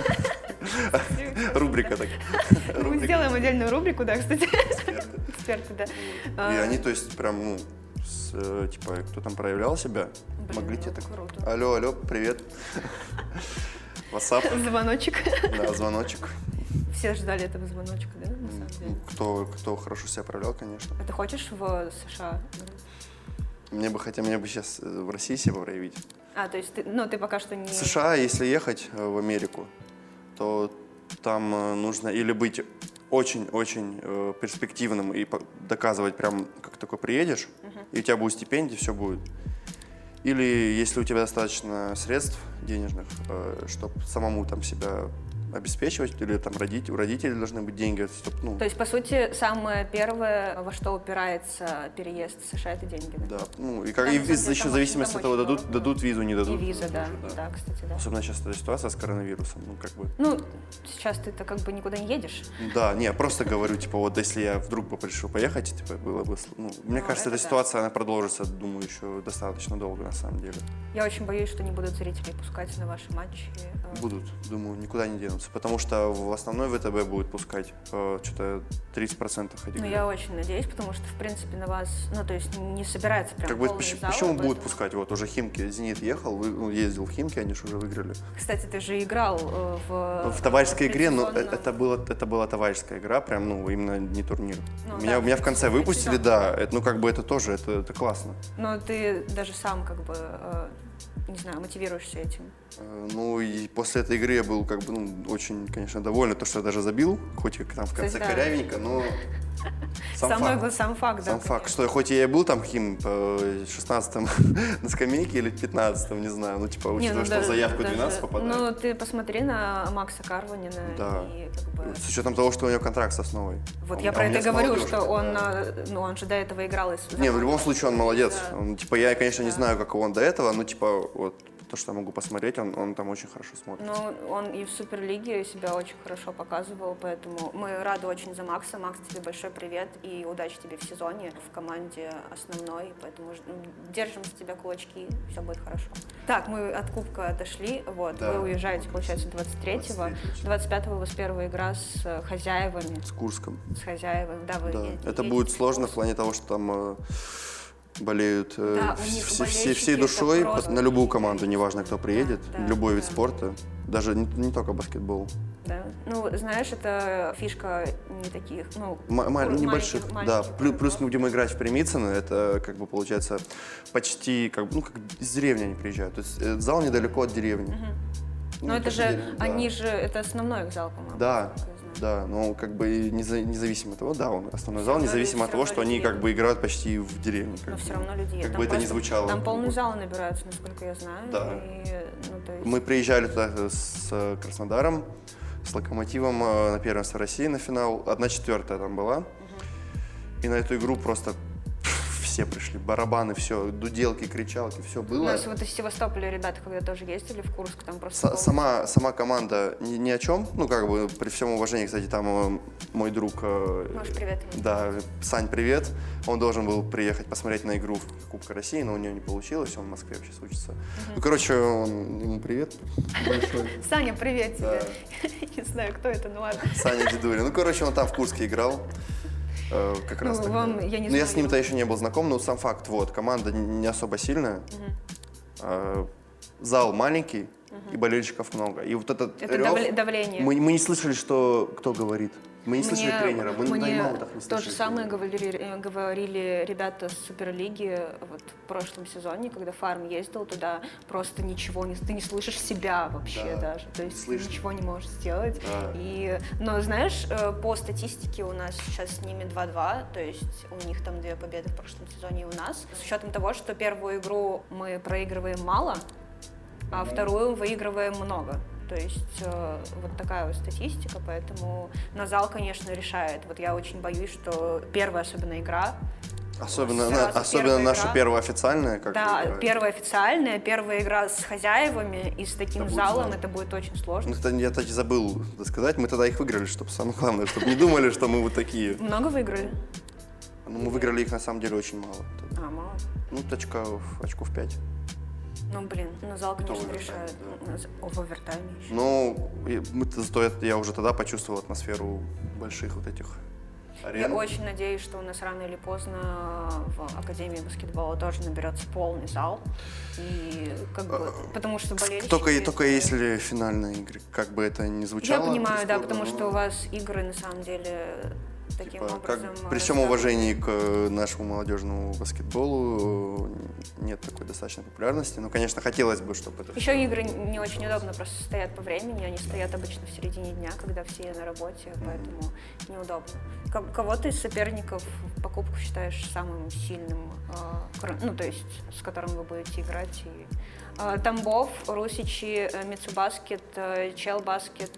Рубрика так. Мы сделаем отдельную рубрику, да, кстати. Эксперты, да. И они, то есть, прям, ну, типа, кто там проявлял себя, могли тебе так... Алло, алло, привет. Ватсап. Звоночек. Да, звоночек. Все ждали этого звоночка, да, на самом деле? Кто, кто хорошо себя проявлял, конечно. А ты хочешь в США? Мне бы, хотя мне бы сейчас в России себя проявить. А, то есть ты, ну, ты пока что не... В США, если ехать в Америку, то там нужно или быть очень-очень э, перспективным и доказывать прям, как только приедешь, uh-huh. и у тебя будет стипендия, все будет. Или если у тебя достаточно средств денежных, э, чтобы самому там себя обеспечивать, или там родить, у родителей должны быть деньги. Чтоб, ну... То есть, по сути, самое первое, во что упирается переезд в США, это деньги, да? Да, ну и, как, и еще в зависимости от того, дадут, дадут визу, не дадут. И виза, да, тоже, да. да, кстати, да. Особенно сейчас эта ситуация с коронавирусом, ну как бы. Ну, сейчас ты-то как бы никуда не едешь. Да, не, просто говорю, типа, вот если я вдруг бы решил поехать, типа, было бы, ну, мне ну, кажется, эта да. ситуация, она продолжится, думаю, еще достаточно долго, на самом деле. Я очень боюсь, что не будут зрителей пускать на ваши матчи. Будут, думаю, никуда не денутся, потому что в основной ВТБ будет пускать э, что-то тридцать процентов этих. Ну, я очень надеюсь, потому что, в принципе, на вас, ну, то есть не собирается прям как бы, полный почему, зал. Почему поэтому... будут пускать? Вот уже Химки, Зенит ехал, вы, ну, ездил в Химки, они же уже выиграли. Кстати, ты же играл э, в... В товарищеской игре, ну, это, было, это была товарищеская игра, прям, ну, именно не турнир. Ну, меня, да, меня в конце выпустили, сезон. Да, это, ну, как бы это тоже, это, это классно. Но ты даже сам, как бы, э, не знаю, мотивируешься этим. Ну и после этой игры я был как бы ну, очень, конечно, доволен, то, что я даже забил, хоть как там в конце Кстати, корявенько, да. но сам Самый, факт. Сам факт, да. Сам факт, что хоть я и был там каким шестнадцатым на скамейке или пятнадцатым, не знаю, ну типа учитывая, ну, что даже, в заявку двенадцать попадает. Ну ты посмотри на Макса Карванина. Да. И, как бы... С учетом того, что у него контракт с основой. Вот а я а про это говорю, молодежь, что он, да. ну он же до этого играл. Из... Не, в любом случае он молодец. Да. Он, типа я, конечно, да. не знаю, как он до этого, но типа вот то, что я могу посмотреть, он, он там очень хорошо смотрит. Ну, он и в Суперлиге себя очень хорошо показывал, поэтому мы рады очень за Макса. Макс, тебе большой привет и удачи тебе в сезоне, в команде основной, поэтому держим с тебя кулачки, все будет хорошо. Так, мы от Кубка отошли, вот, да. Вы уезжаете, получается, двадцать третьего. двадцать пятого у вас первая игра с хозяевами. С Курском. С хозяевами, да. Вы да. едете, Это будет сложно в плане того, что там... болеют да, э, все, все, всей душой на любую команду, неважно, кто приедет, да, да, любой да. вид спорта, даже не, не только баскетбол. Да. Ну, знаешь, это фишка не таких, ну, М- маленьких, небольших, маленьких, да. Плюс, плюс мы будем играть в Примицыно, это как бы получается почти, как, ну, как из деревни они приезжают, то есть э, зал недалеко от деревни. Угу. Ну, Но это же, деревня, они да. же, это основной их зал, по-моему. Да, Да, но как бы независимо от того, да, он основной зал, независимо от того, что они как бы играют почти в деревне. Но все равно люди есть. Как бы это ни звучало. Там полный зал набираются, насколько я знаю. Да. И, ну, то есть... Мы приезжали туда с Краснодаром, с Локомотивом на первенство России на финал. Одна четвертая там была. Угу. И на эту игру просто все пришли, барабаны, все, дуделки, кричалки, все было. У нас вот из Севастополя ребята, когда тоже ездили в Курск, там просто... С сама, сама команда ни, ни о чем, ну как бы при всем уважении, кстати, там мой друг... Может, привет ему. Да, Сань, привет. Он должен был приехать посмотреть на игру в Кубка России, но у него не получилось, он в Москве сейчас учится. Uh-huh. Ну, короче, он, ему привет большой. Саня, привет тебе. Не знаю, кто это, ну ладно. Саня Дедулин. Ну, короче, он там в Курске играл. Как раз ну, вам, я, не но я с ним-то еще не был знаком, но сам факт, вот, команда не особо сильная, угу. Зал маленький, угу. И болельщиков много. И вот этот это рев, давление. Мы, мы не слышали, что кто говорит. Мы не слышали мне, тренера, мы мне на тайм-аутах не слышали. То же самое говорили, говорили ребята с Суперлиги вот, в прошлом сезоне, когда Фарм ездил туда, просто ничего не... Ты не слышишь себя вообще да, даже, то есть слышно. Ты ничего не можешь сделать. Да. И, но знаешь, по статистике у нас сейчас с ними два-два, то есть у них там две победы в прошлом сезоне и у нас. С учетом того, что первую игру мы проигрываем мало, а вторую выигрываем много. То есть э, вот такая вот статистика, поэтому на зал, конечно, решает. Вот я очень боюсь, что первая особенно игра. Особенно, на, особенно наша игра, первая официальная, как да, играет. Первая официальная, первая игра с хозяевами и с таким это залом, сложно. Это будет очень сложно. Ну, это, я так и забыл сказать, мы тогда их выиграли, чтобы самое главное, чтобы не думали, что мы вот такие. Много выиграли? Ну, мы выиграли их на самом деле очень мало. А, мало? Ну, очков, очков пять. Ну, блин, ну зал, конечно, решает. Да. В овертайме еще. Ну, зато я уже тогда почувствовал атмосферу больших вот этих арен. Я очень надеюсь, что у нас рано или поздно в Академии баскетбола тоже наберется полный зал. И как бы, потому что болельщики... Только, только если финальные игры, как бы это ни звучало. Я понимаю, да, потому что у вас игры на самом деле... Таким типа, образом, как, при всем уважении к нашему молодежному баскетболу нет такой достаточной популярности. Но, конечно, хотелось бы, чтобы это... Еще игры не очень удобно просто стоят по времени. Они стоят обычно в середине дня, когда все на работе, mm-hmm. поэтому неудобно. Кого ты из соперников покупку считаешь самым сильным, ну, то есть с которым вы будете играть? И... Тамбов, Русичи, Мицубаскет, Челбаскет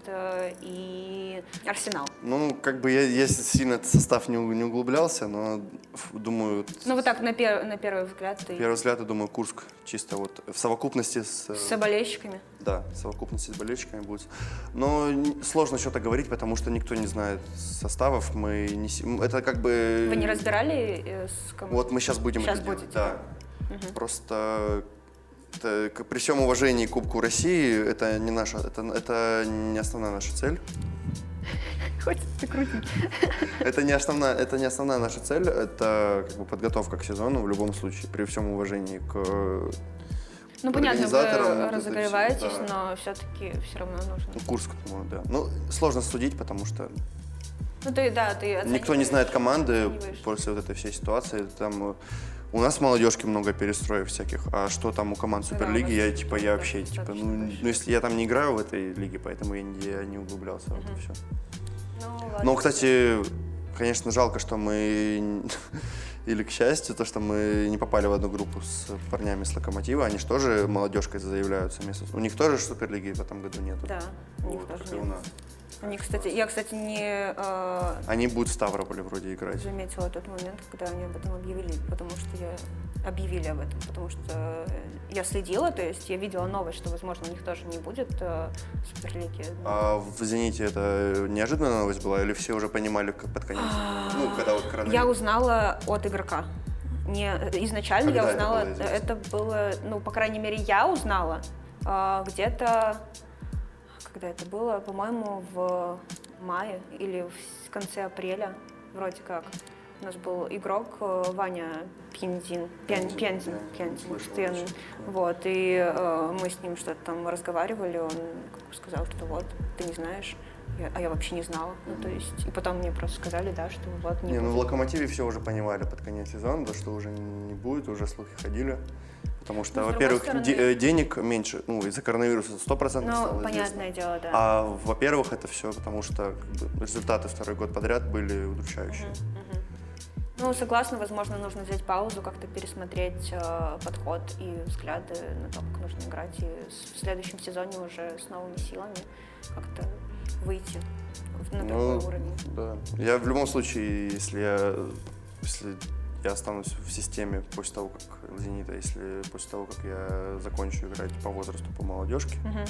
и Арсенал. Ну, как бы я, я сильно этот состав не, не углублялся, но думаю... Ну, вот так, на, пер, на первый взгляд. На первый взгляд, я думаю, Курск чисто вот в совокупности с... С болельщиками? Да, в совокупности с болельщиками будет. Но сложно что-то говорить, потому что никто не знает составов. Мы не... Это как бы... Вы не разбирали с кому? Вот мы сейчас будем сейчас это будете, делать. Да. Угу. Просто... Это, при всем уважении к Кубку России, это не наша, это, это не основная наша цель. Хоть ты крутить. Это не основная, это не основная наша цель, это как бы подготовка к сезону в любом случае, при всем уважении к ну, понятно, вы разогреваетесь, да. Но все-таки все равно нужно. Курск, по-моему, да. Ну, сложно судить, потому что ну, ты, да, ты никто не знает команды после вот этой всей ситуации. Там у нас в молодежке много перестроев всяких, а что там у команд Суперлиги, да, я типа я вообще типа ну, ну если я там не играю в этой лиге, поэтому я не, я не углублялся в это все. Ну, но, кстати, конечно, жалко, что мы или к счастью, то, что мы не попали в одну группу с парнями с Локомотива, они же тоже молодежкой заявляются месяц. У них тоже Суперлиги в этом году нету. Да, у них вот, тоже нет. У нас. Они, кстати, я, кстати, не... Э, они будут в Ставрополе вроде играть. Заметила тот момент, когда они об этом объявили, потому что я... Объявили об этом, потому что я следила, то есть я видела новость, что, возможно, у них тоже не будет э, Суперлиги. А в «Зените» это неожиданная новость была, или все уже понимали как под конец? Ну, когда вот коронавирус. Я узнала от игрока. Не, изначально когда я узнала, это было, это было, ну, по крайней мере, я узнала э, где-то... Когда это было, по-моему, в мае или в конце апреля, вроде как. У нас был игрок Ваня Пьяндин, Пьяндин, Пьяндин, Пьяндин, вот, и э, мы с ним что-то там разговаривали, он сказал, что вот, ты не знаешь, я, а я вообще не знала, ну, то есть, и потом мне просто сказали, да, что вот, не Не, будет. ну в Локомотиве все уже понимали под конец сезона, да, что уже не будет, уже слухи ходили. Потому что, Ну, во-первых, стороны... де денег меньше, ну, из-за коронавируса сто процентов Ну, стало понятное известно. дело, да. А, во-первых, это все потому, что как бы, результаты второй год подряд были удручающие. Uh-huh, uh-huh. Ну, согласна, возможно, нужно взять паузу, как-то пересмотреть э, подход и взгляды на то, как нужно играть, и в следующем сезоне уже с новыми силами как-то выйти на другой Ну, уровень. Да. Я в любом случае, если я, если я останусь в системе после того, как «Зенита», если после того, как я закончу играть по возрасту, по молодежке, Uh-huh.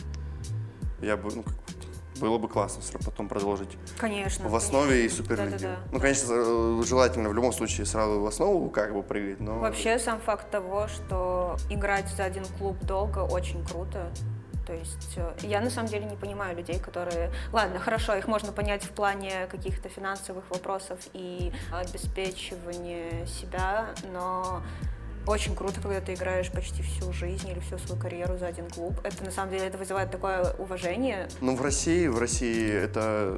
я бы, ну, как, было бы классно потом продолжить. Конечно. В основе конечно. и суперлиге. Да-да-да. Ну, конечно, желательно в любом случае сразу в основу как бы прыгать, но... Вообще сам факт того, что играть за один клуб долго, очень круто. То есть я на самом деле не понимаю людей, которые... Ладно, хорошо, их можно понять в плане каких-то финансовых вопросов и обеспечивания себя, но очень круто, когда ты играешь почти всю жизнь или всю свою карьеру за один клуб. Это на самом деле это вызывает такое уважение. Ну, в России, в России это...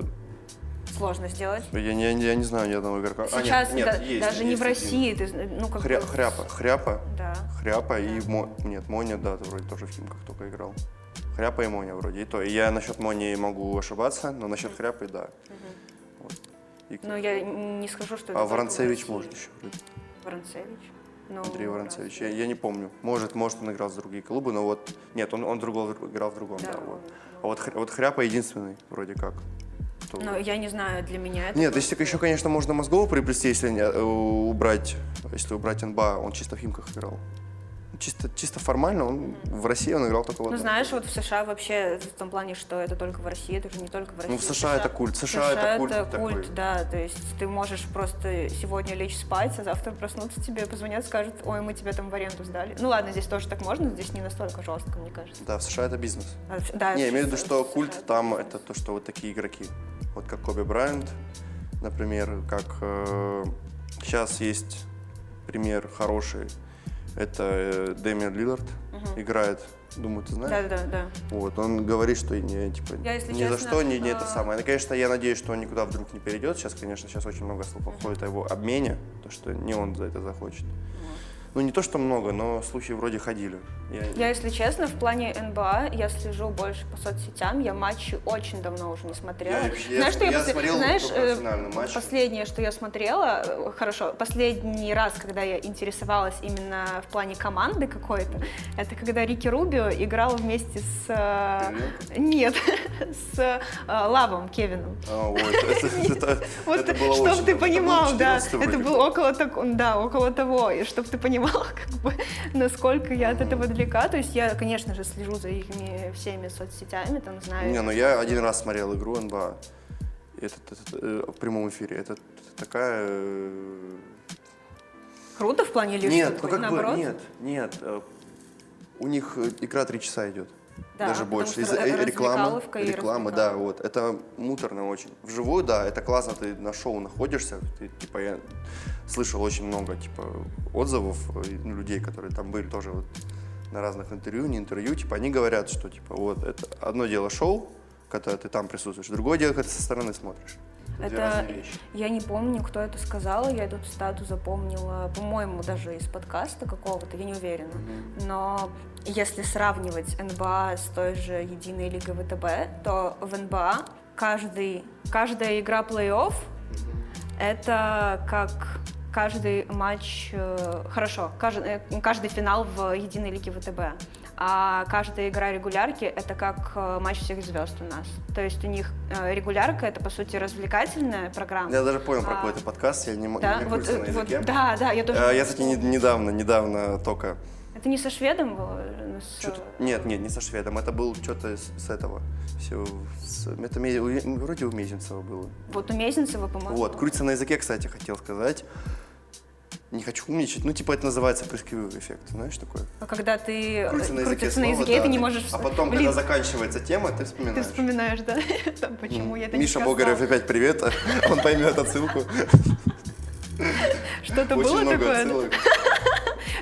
Сложно сделать. Я не, я не знаю ни одного игрока. Сейчас а, нет, да, нет, есть, даже есть не в один. России. Ты, ну, как Хря, бы... Хряпа, Хряпа, Да. Хряпа Да. и Мо... Нет, Моня, да, ты вроде тоже в Химках только играл. Хряпа и Моня вроде, и то. И я насчет Мони могу ошибаться, но насчет mm. Хряпы, да. Mm-hmm. Вот. И... Ну, я не скажу, что... А Воронцевич может еще. Воронцевич? Ну, Андрей Воронцевич, я, я не помню. Может, может, он играл за другие клубы, но вот... Нет, он, он другого, играл в другом, да. да вот. А вот, вот Хряпа единственный, вроде как. Кто... Ну, я не знаю, для меня это... Нет, просто... если еще, конечно, можно мозгово приплести, если не, э, убрать, если убрать эн бэ а, он чисто в Химках играл. Чисто, чисто формально он mm-hmm. в России он играл только вот. Ну, знаешь, вот в США вообще в том плане, что это только в России, это же не только в России. Ну, в США, США это культ. США, США это культ. это такой. культ, да. То есть ты можешь просто сегодня лечь спать, а завтра проснуться, тебе позвонят, скажут, ой, мы тебя там в аренду сдали. Ну ладно, здесь тоже так можно, здесь не настолько жестко, мне кажется. Да, в США это бизнес. А, да, не, я имею в виду, что в культ США там это, это то, что вот такие игроки. Вот как Коби Брайант, например, как э, сейчас есть пример хороший. Это э, Дэмиан Лиллард угу. играет, думаю, ты знаешь? Да, да, да. Вот, он говорит, что не, типа, я, если ни честно, за что не, не а... это самое. Ну, конечно, я надеюсь, что он никуда вдруг не перейдет. Сейчас, конечно, сейчас очень много слухов ходит о его обмене, то, что не он за это захочет. Ну, не то, что много, но случаи вроде ходили. Я, я если честно, в плане эн бэ а я слежу больше по соцсетям, я матчи очень давно уже не смотрела. Я, Знаешь, я, что я, я после... смотрел Знаешь, матч. Последнее, что я смотрела, хорошо, последний раз, когда я интересовалась именно в плане команды какой-то, это когда Рики Рубио играл вместе с... Кириленко? Нет, с Лавом Кевином. А, вот, это, это, это было Чтобы очень, ты понимал, да, это было около, да, около того, и чтобы ты понимал, как бы, насколько я от этого далека. То есть я, конечно же, слежу за их всеми соцсетями, там знаю. Не, ну я один раз смотрел игру эн бэ а это, это, это, в прямом эфире. Это, это такая... Круто в плане или нет, что? Ну, как наоборот? бы, нет, нет. У них игра три часа идет. Да, даже больше. Из-за рекламы, рекламы, да, вот. Это муторно очень. Вживую, да, это классно, ты на шоу находишься. Ты, типа, я слышал очень много, типа, отзывов людей, которые там были тоже вот на разных интервью, не интервью, типа, они говорят, что, типа, вот, это одно дело шоу, когда ты там присутствуешь, другое дело, когда ты со стороны смотришь. Это, я не помню, кто это сказал, я эту цитату запомнила, по-моему, даже из подкаста какого-то, я не уверена. Mm-hmm. Но если сравнивать эн бэ а с той же единой лигой вэ тэ бэ, то в эн бэ а каждый, каждая игра плей-офф mm-hmm. это как каждый матч, хорошо, каждый, каждый финал в единой лиге вэ тэ бэ. А каждая игра регулярки — это как матч всех звезд у нас. То есть у них регулярка — это, по сути, развлекательная программа. Я даже понял, а, про какой-то подкаст, я не могу да, не вот, на языке. Вот, да, да, я тоже... А, я, кстати, не, недавно, недавно только... Это не со шведом было? С... Нет, нет, не со шведом, это был что-то с, с этого. Все, с, это у, вроде у Мезенцева было. Вот у Мезенцева, по-моему. Вот, крутится на языке, кстати, хотел сказать. Не хочу умничать, ну типа это называется прыскивый эффект, знаешь такое? А когда ты крутится на языке, крутится слово, на языке, да. ты не можешь... А потом, Блин. когда заканчивается тема, ты вспоминаешь. Ты вспоминаешь, да? Почему я это Миша не Богарев, опять привет, он поймет отсылку. Что-то было такое?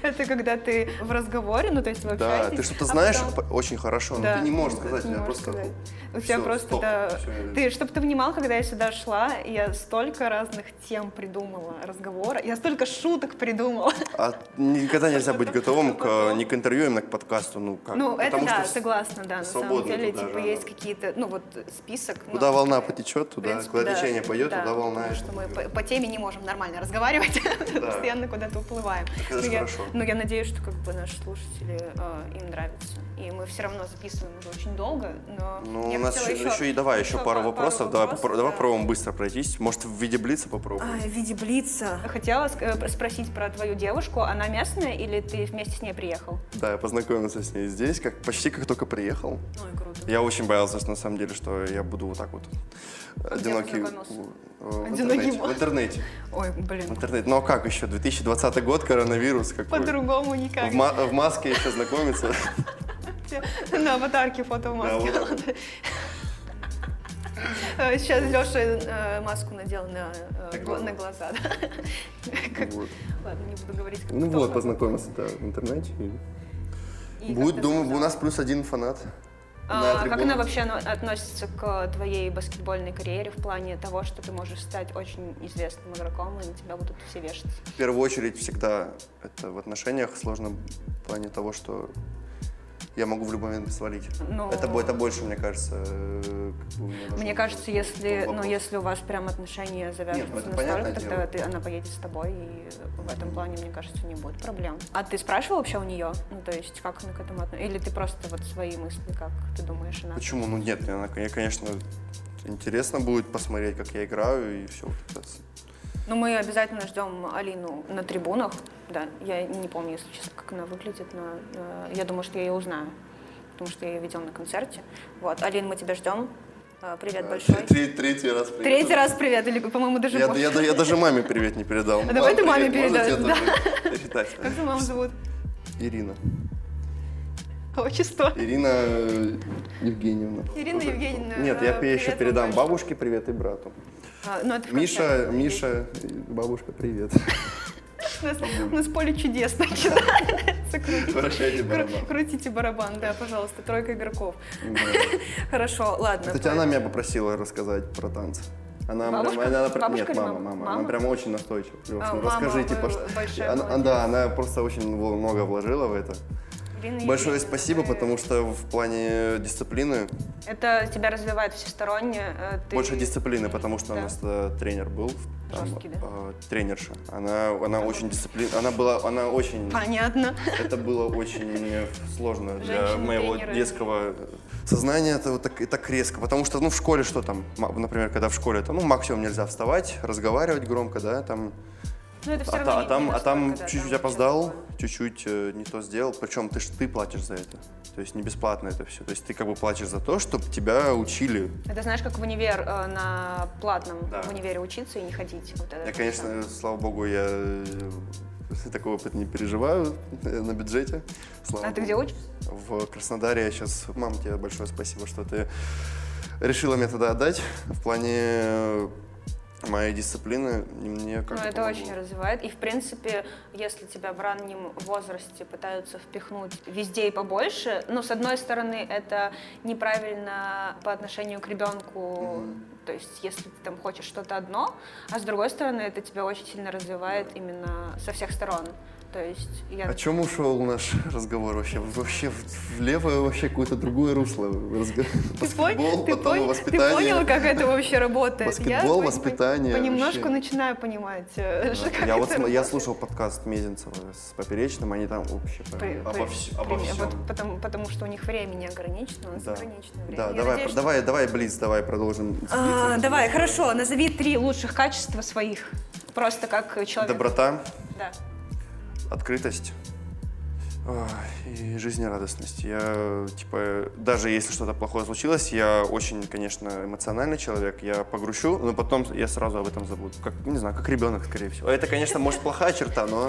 Это когда ты в разговоре, ну то есть вы общаетесь. Да, ты что-то а знаешь потом... очень хорошо, но да, ты не можешь сказать, ты у не тебя можешь просто... сказать. У Все, тебя просто, стоп, да... все. Ты, чтобы ты внимал, когда я сюда шла, я столько разных тем придумала, разговора, я столько шуток придумала. А никогда нельзя быть готовым к, потом... не к интервью, именно к подкасту. Ну, как? Ну это Потому да, что согласна, да, на самом деле, туда, типа да, есть да. какие-то, ну вот список. Куда ну, волна потечет, в туда, принципе, куда да, течение пойдет, да, туда волна. Потому что мы по, по теме не можем нормально разговаривать, Да. постоянно куда-то уплываем. Это но, же я, хорошо. но я надеюсь, что как бы наши слушатели э, им нравится. И мы все равно записываем уже очень долго, но Ну, я у нас хотела еще, еще, еще и давай, еще, еще пару пару вопросов. вопросов, Давай, попро- да. давай попробуем быстро пройтись. Может, в виде блица попробуем? А, в виде блица. Хотела ск- спросить про твою девушку. Она местная или ты вместе с ней приехал? Да, я познакомился с ней здесь, как, почти как только приехал. Ой, круто. Я очень боялся, на самом деле, что я буду вот так вот одинокий. познакомился? В, в Одиноким. интернете. В интернете. Ой, блин. В интернете. Ну а как еще? две тысячи двадцатый год, коронавирус какой. По-другому никак. В, ма- в маске еще знакомиться. На аватарке фото в маске. Да, вот. Э, Сейчас Леша э, маску надел на, э, Так, гла- ладно. на глаза. да. Как- Вот. Ладно, не буду говорить, как Ну кто, вот, но- познакомился да, в интернете. И Будет, как ты думаю, сказал? у нас плюс один фанат. А, на как трибунах. она вообще ну, относится к твоей баскетбольной карьере в плане того, что ты можешь стать очень известным игроком, и на тебя будут все вешаться? В первую очередь всегда это в отношениях сложно в плане того, что я могу в любой момент свалить. Ну, Это, бо- это больше, мне кажется, э, как бы у меня должно Мне быть кажется, в если, том ну, вопрос. если у вас прям отношения завяжутся Нет, ну, это настолько, понятное тогда дело. ты, она поедет с тобой, и в этом плане, мне кажется, не будет проблем. А ты спрашивал вообще у нее? Ну, то есть, как она к этому относится? Или ты просто вот свои мысли, как ты думаешь, она? Почему? Ну нет, мне, она- мне, конечно, интересно будет посмотреть, как я играю, и все. Ну, мы обязательно ждем Алину на трибунах, да. Я не помню, если честно, как она выглядит, но э, я думаю, что я ее узнаю, потому что я ее видела на концерте. Вот, Алин, мы тебя ждем. Э, Привет большой. Третий раз привет. Третий раз привет, или, по-моему, даже Я, больше. я, я даже маме привет не передал. А давай ты Мам, маме привет, можно передай, тебе тоже передать? Как твою маму зовут? Ирина. Отчество? Ирина э, Евгеньевна. Ирина Евгеньевна. Нет, я э, пе- еще привет передам вам большой. бабушке привет и брату. А, ну, это в Миша, конце. Миша, бабушка, привет. У нас, у нас поле чудес начинается. Крутите, Вращайте барабан. кру- крутите барабан, да, пожалуйста, тройка игроков. Да. Хорошо, ладно. Кстати, она меня попросила рассказать про танцы. Она Бабушка? прям, она, прям- Бабушка нет, или мама, мама? мама, Мама? Она прям очень настойчива. Лёш, А, ну мама, расскажи, вы типа, что... большая Она, молодец. да, она просто очень много вложила в это. Ирина Большое Евгеньевна, спасибо, вы- потому что в плане дисциплины, Это тебя развивает всесторонне. э, ты- больше дисциплины, потому что Да. у нас э, тренер был, там, Жесткий, да? э, тренерша. Она, она очень дисциплин, она была, она очень... Понятно. Это было очень сложно для Женщины, моего тренеры. детского сознания. Это вот так, и так резко. Потому что, ну, в школе что там, ма- например, когда в школе, это, ну, максимум нельзя вставать, разговаривать громко, да, там. Ну, это все А, равно та- а не- там, не а там настолько, да, чуть-чуть там опоздал, вообще такое. чуть-чуть э, не то сделал. Причем ты ж ты платишь за это. То есть не бесплатно это все. То есть ты как бы платишь за то, чтобы тебя учили. Это знаешь, как в универ э, на платном Да. в универе учиться и не ходить. Вот это Я, то же конечно, самое. слава богу, я э, такой опыт не переживаю э, на бюджете. Слава А ты богу. где учишься? В Краснодаре я сейчас... Мам, тебе большое спасибо, что ты решила мне туда отдать. В плане э, моей дисциплины мне Ну, как-то это помогло. очень развивает. И, в принципе, если тебя в раннем возрасте пытаются впихнуть везде и побольше, ну, с одной стороны, это неправильно по отношению к ребенку, то есть если ты там хочешь что-то одно, а с другой стороны, это тебя очень сильно развивает именно со всех сторон. То есть я... О чем ушел наш разговор вообще? Вообще в- влево вообще какое-то другое русло. Разго- Ты, пон- Баскетбол, ты, потом пон- ты воспитание. понял, как это вообще работает? Баскетбол, я воспитание, Понемножку вообще. начинаю понимать, э, что- как Я вот это см- я работает. слушал подкаст Мезенцева с Поперечным, они там вообще прям При- обо, при- вс- обо при- всем. Вот потому, потому что у них времени ограничено, у нас Да, ограниченное время. да Я давай, надеюсь, давай, давай, блиц, давай продолжим. с А, блицем. давай, хорошо, назови три лучших качества своих. Просто как человек. Доброта, Да. открытость ой, и жизнерадостность. Я, типа, даже если что-то плохое случилось, я очень, конечно, эмоциональный человек, я погрущу, но потом я сразу об этом забуду. Как, не знаю, как ребенок, скорее всего. Это, конечно, может, плохая черта, но...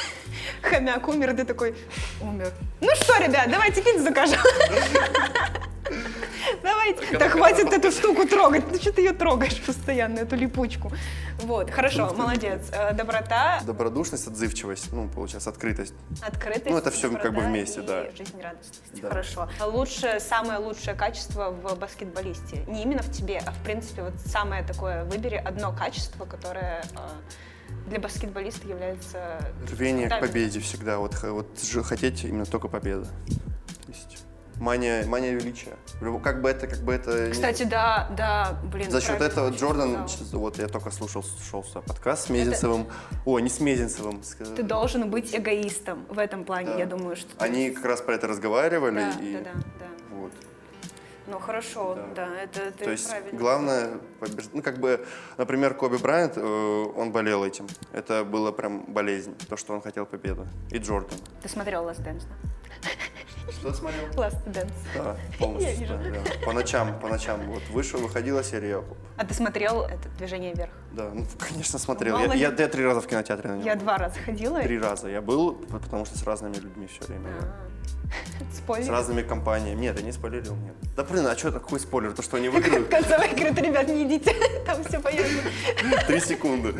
Хомяк умер, и ты такой, умер. Ну что, ребят, давайте пиццу закажем. Давайте. Да хватит эту штуку трогать. Ну что ты ее трогаешь постоянно, эту липучку? Вот, хорошо, молодец. Доброта. Добродушность, отзывчивость, ну, получается, открытость. Открытость. Ну, это все как бы вместе, да. Жизнерадостность. Да. Хорошо. Лучшее, самое лучшее качество в баскетболисте. Не именно в тебе, а в принципе, вот самое такое, выбери одно качество, которое для баскетболиста является... Рвение к победе всегда. Вот, вот хотеть именно только победа. То есть мания, мания величия. Как бы это, как бы это... Кстати, да, да, блин. За счет этого Джордан, вот я только слушал, шел сюда подкаст с Мезенцевым. Это... О, не с Мезенцевым. Ты должен быть эгоистом в этом плане, да. Я думаю, что... Они как раз про это разговаривали. Да, и... да, да, да. Вот. Ну хорошо, да, да это ты То есть правильно. Главное, ну как бы, например, Коби Брайант, он болел этим. Это было прям болезнь, то, что он хотел победу. И Джордан. Ты смотрел Last Dance, да? Что смотрел? Last Dance. Да, полностью. Да, да. По ночам, по ночам. Вот вышел, выходила серия. А ты смотрел это «Движение вверх»? Да, ну, конечно, смотрел. Я, я, я три раза в кинотеатре на нем. Я два раза ходила. Три раза. Я был, потому что с разными людьми все время. Спойлер. С разными компаниями. Нет, я не спойлерил, нет. Да блин, а что такой спойлер? То, что они выиграют? Концовая игры, ребят, не идите, там все понятно. Три секунды.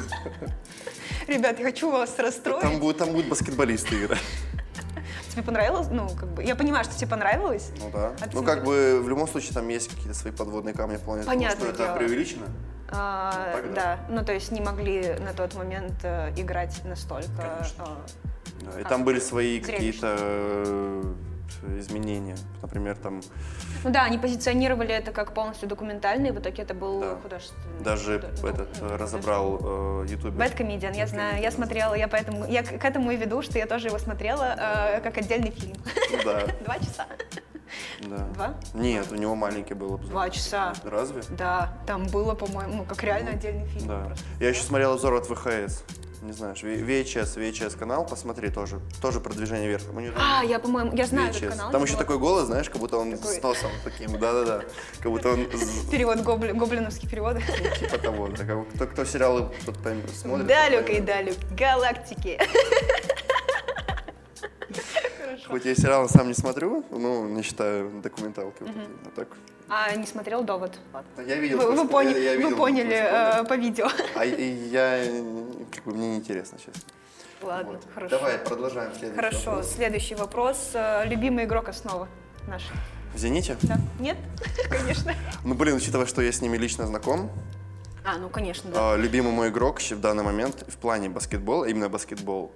Ребят, я хочу вас расстроить. Там будут, там будут баскетболисты играть. Тебе понравилось? Ну, как бы, я понимаю, что тебе понравилось. Ну да. А ну, как бы, в любом случае, там есть какие-то свои подводные камни в плане того, что это преувеличено. А, ну, да, ну, то есть не могли на тот момент э, играть настолько... Конечно. Да, и а, там были свои какие-то э, изменения. Например, там... Ну да, они позиционировали это как полностью документальный, в итоге это был да. художественный. Даже худо... этот ну, разобрал ютубер. Bad Comedian, я знаю, я смотрела, я поэтому, я к этому и веду, что я тоже его смотрела э, как отдельный фильм. Да. Два часа. Да. Два? Нет, у него маленький был обзор. Два часа. Разве? Да, там было, по-моему, ну, как реально отдельный фильм. Да. Я еще смотрел обзор от вэ ха эс. Не знаешь, ви эйч эс, ви эйч эс канал, посмотри тоже, тоже про движение вверх. А, я, по-моему, я знаю этот канал. Там еще такой голос, знаешь, как будто он с носом таким, да-да-да, как будто он... Перевод, гоблиновский перевод. Типа того, да, кто сериалы смотрит. Далекой, далекой галактики. Хоть я сериалы сам не смотрю, ну, не считаю документалки. А так... А не смотрел «Довод»? Я видел. Вы, вы, поняли, я, я видел, вы поняли э, по видео. А я, как бы, мне неинтересно, честно. Ладно, вот. Хорошо. Давай продолжаем следующий Хорошо, вопрос. следующий вопрос. Любимый игрок «Основы» наш? В «Зените»? Да. Нет? Конечно. Ну, блин, учитывая, что я с ними лично знаком. А, ну, конечно, да. Любимый мой игрок в данный момент в плане баскетбола, именно баскетбол,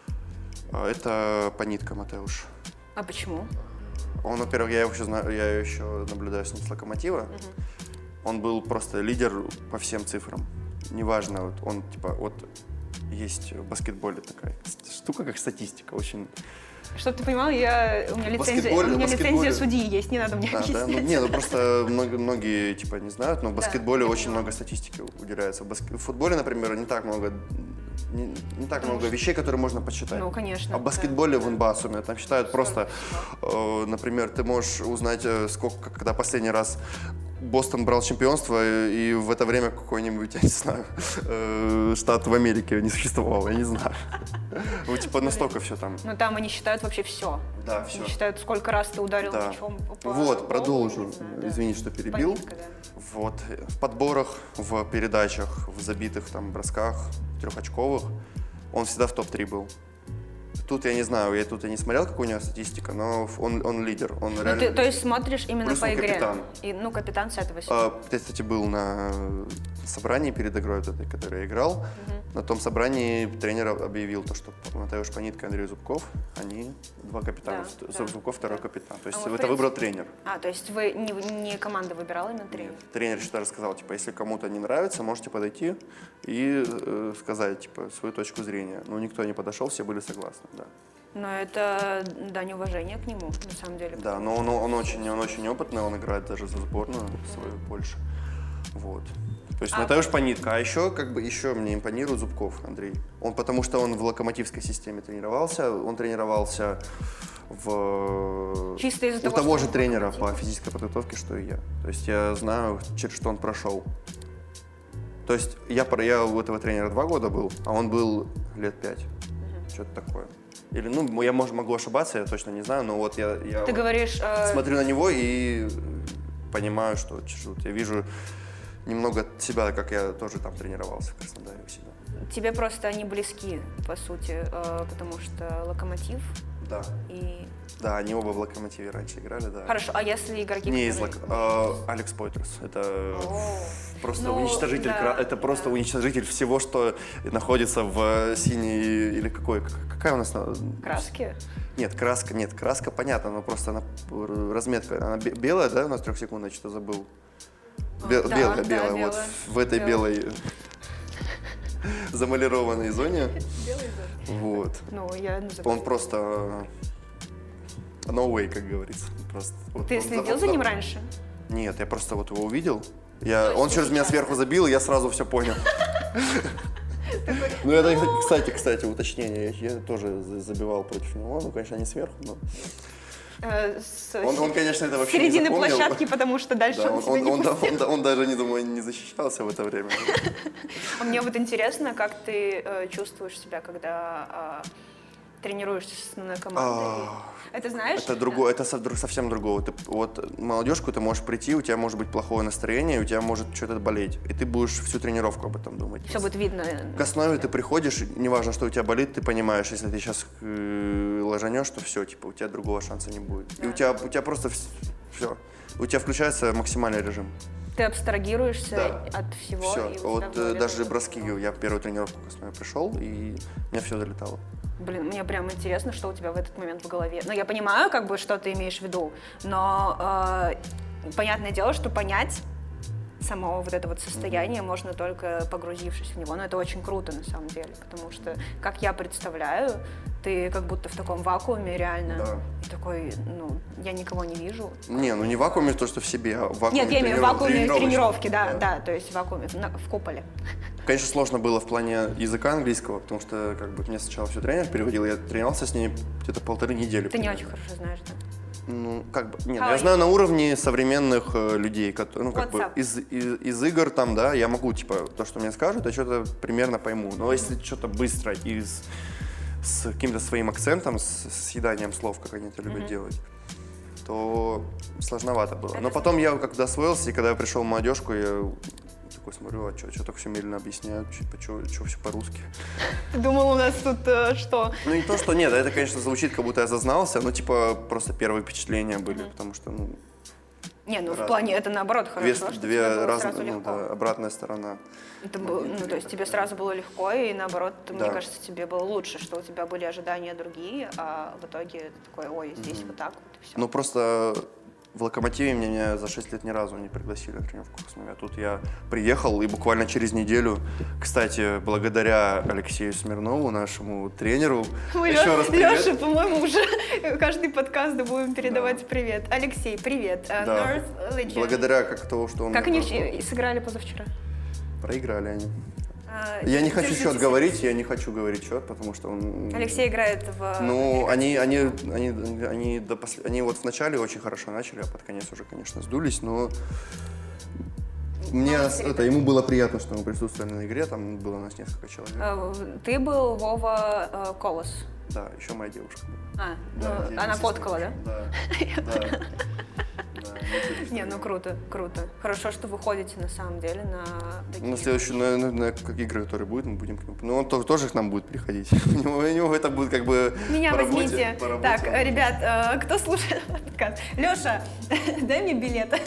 это Панитка Матеуш. А почему? Он, во-первых, я еще, знаю, я еще наблюдаю с ним с «Локомотива». Uh-huh. Он был просто лидер по всем цифрам. Неважно, вот он типа вот есть в баскетболе такая штука, как статистика, очень. Чтобы ты понимал, я, у меня лицензия, у меня лицензия судьи есть, не надо мне а, объяснять. Да? Ну, не, ну просто многие, многие типа не знают, но в баскетболе да, очень много статистики уделяется. В, баск... в футболе, например, не так много. Не, не так много вещей, которые можно посчитать. Ну, конечно. А в баскетболе да. в эн бэ а сумме там считают просто, э, например, ты можешь узнать, сколько, когда последний раз Бостон брал чемпионство, и в это время какой-нибудь, я не знаю, э, штат в Америке не существовал, я не знаю. Вот типа настолько все там. Ну там они считают вообще все. Да, все. Они считают, сколько раз ты ударил да. мячом по Вот, голову, продолжу. Да. Извини, что перебил. Понятно, да. Вот, в подборах, в передачах, в забитых там бросках, трехочковых, он всегда в топ три был. Тут я не знаю, я тут я не смотрел, какая у него статистика, но он, он лидер. Он ну, реально... ты, то есть смотришь именно Плюс по игре? Капитан. И, ну, капитан с этого сезона. А, я, кстати, был на собрании перед игрой, вот этой, которой я играл. Угу. На том собрании тренер объявил то, что Матеуш Панитка и Андрей Зубков, они два капитана. Да, да, Зубков второй да. капитан. То есть а это принципе... выбрал тренер. А, то есть вы не, не команда выбирала, именно тренер? Нет. Тренер что-то рассказал, типа, если кому-то не нравится, можете подойти и э, сказать, типа, свою точку зрения. Но никто не подошел, все были согласны, да. Но это дань уважения к нему, на самом деле. Да, но он, он, очень, он очень опытный, он играет даже за сборную mm-hmm. свою Польши. Вот. То есть а Матеуш Панитка. А еще, как бы, еще мне импонирует Зубков Андрей. Он, потому что он в локомотивской системе тренировался, он тренировался в... Чисто из-за у того, того же тренера по физической подготовке, что и я. То есть я знаю, через что он прошел. То есть я, я у этого тренера два года был, а он был лет пять. Mm-hmm. Что-то такое. Или, ну, я может, могу ошибаться, я точно не знаю, но вот я, я Ты вот говоришь, э... смотрю на него и понимаю, что вот, я вижу немного себя, как я тоже там тренировался в Краснодаре у себя. Тебе просто они близки, по сути, потому что Локомотив. Да. И... Да, они оба в Локомотиве раньше играли, да. Хорошо, а если игроки... Не которые... из Лок... а, Алекс Пойтерс. Это О, просто ну, уничтожитель, да, это просто да. уничтожитель всего, что находится в синей или какой, какая у нас... Краски? Нет, краска, нет, краска понятно, но просто она, разметка, она белая, да, у нас трехсекундная, что-то забыл. Бе да, белая, да, белая, белая, вот в этой белая. белой замалированной зоне. Белой зоне. Вот. Ну, я он просто no way, как говорится. Просто, вот, Ты следил за, за ним раньше? Нет, я просто вот его увидел. Я, он через меня сверху забил, и я сразу все понял. Ну, это, кстати, кстати, уточнение. Я тоже забивал против него. Ну, конечно, не сверху, но... С он, он, конечно, это вообще середины не запомнил. Площадки, потому что дальше да, он, он, он, он, он, он, он даже, не думаю, не защищался в это время. Мне вот интересно, как ты э, чувствуешь себя, когда э, тренируешься с основной командой. Это знаешь? Это, другое, это совсем другое. Ты, вот молодежку ты можешь прийти, у тебя может быть плохое настроение, у тебя может что-то болеть, и ты будешь всю тренировку об этом думать. Все будет видно. К основе ты приходишь, неважно, что у тебя болит, ты понимаешь, если ты сейчас э, ложанешь, то все, типа, у тебя другого шанса не будет. Да. И у тебя, у тебя просто все. У тебя включается максимальный режим. Ты абстрагируешься да. от всего. Все. И вот э, даже броски, я в первую тренировку к основе пришел, и у меня все долетало. Блин, мне прям интересно, что у тебя в этот момент в голове. Ну, я понимаю, как бы, что ты имеешь в виду, но э, понятное дело, что понять само вот это вот состояние mm-hmm. можно только погрузившись в него. Но это очень круто на самом деле, потому что, как я представляю, ты как будто в таком вакууме реально. Да. И такой, ну, я никого не вижу. Не, ну не в вакууме то, что в себе, а в вакууме. Нет, я имею в трениров... вакууме тренировки, да, да, да, то есть в вакууме, в куполе. Конечно, сложно было в плане языка английского, потому что как бы мне сначала все тренер переводил, я тренировался с ней где-то полторы недели. Ты примерно. Не очень хорошо знаешь, да? Ну, как бы, нет, я знаю на уровне современных э, людей, которые, ну, как WhatsApp. бы, из, из, из игр там, да, я могу, типа, то, что мне скажут, я что-то примерно пойму. Но если что-то быстро и с, с каким-то своим акцентом, с, с съеданием слов, как они это любят mm-hmm. делать, то сложновато было. Это Но потом я когда освоился, и когда я пришел в молодежку, я такой смотрю, а что, что так все медленно объясняют, что, что все по-русски. Ты думал, у нас тут э, что? Ну не то, что нет, это, конечно, звучит, как будто я зазнался, но типа просто первые впечатления были, mm-hmm. потому что, ну... Не, ну раз... в плане это наоборот хорошо, две, что две тебе было разные, сразу ну, легко. Да, обратная сторона. Это было, ну, то есть тебе сразу было легко, и наоборот, да. мне кажется, тебе было лучше, что у тебя были ожидания другие, а в итоге ты такой, ой, здесь mm-hmm. вот так вот и все. Ну просто... В Локомотиве меня за шесть лет ни разу не пригласили на тренировку в основе. А тут я приехал, и буквально через неделю, кстати, благодаря Алексею Смирнову, нашему тренеру, мы еще Лё, раз привет. Леша, по-моему, уже каждый подкаст да будем передавать да. привет. Алексей, привет. Да. North Legend. Благодаря как того, что он... Как они прошел. Сыграли позавчера? Проиграли они. Я не хочу счет говорить, я не хочу говорить счет, потому что он... Алексей играет в... Ну, они, они, они, они, до посл... они вот в начале очень хорошо начали, а под конец уже, конечно, сдулись, но... Мне это, ему было приятно, что мы присутствовали на игре, там было у нас несколько человек. Ты был Вова э, Колос? Да, еще моя девушка. А, да, ну, она фоткала, да? Да, да. Не, ну круто, круто. Хорошо, что вы ходите на самом деле на такие... На следующую, на, на, на как игры, которые будут, мы будем... Ну, он тоже, тоже к нам будет приходить. У него, у него это будет как бы Меня по возьмите. Работе, по работе. Так, ребят, э, кто слушает подкаст? Леша, дай мне билет.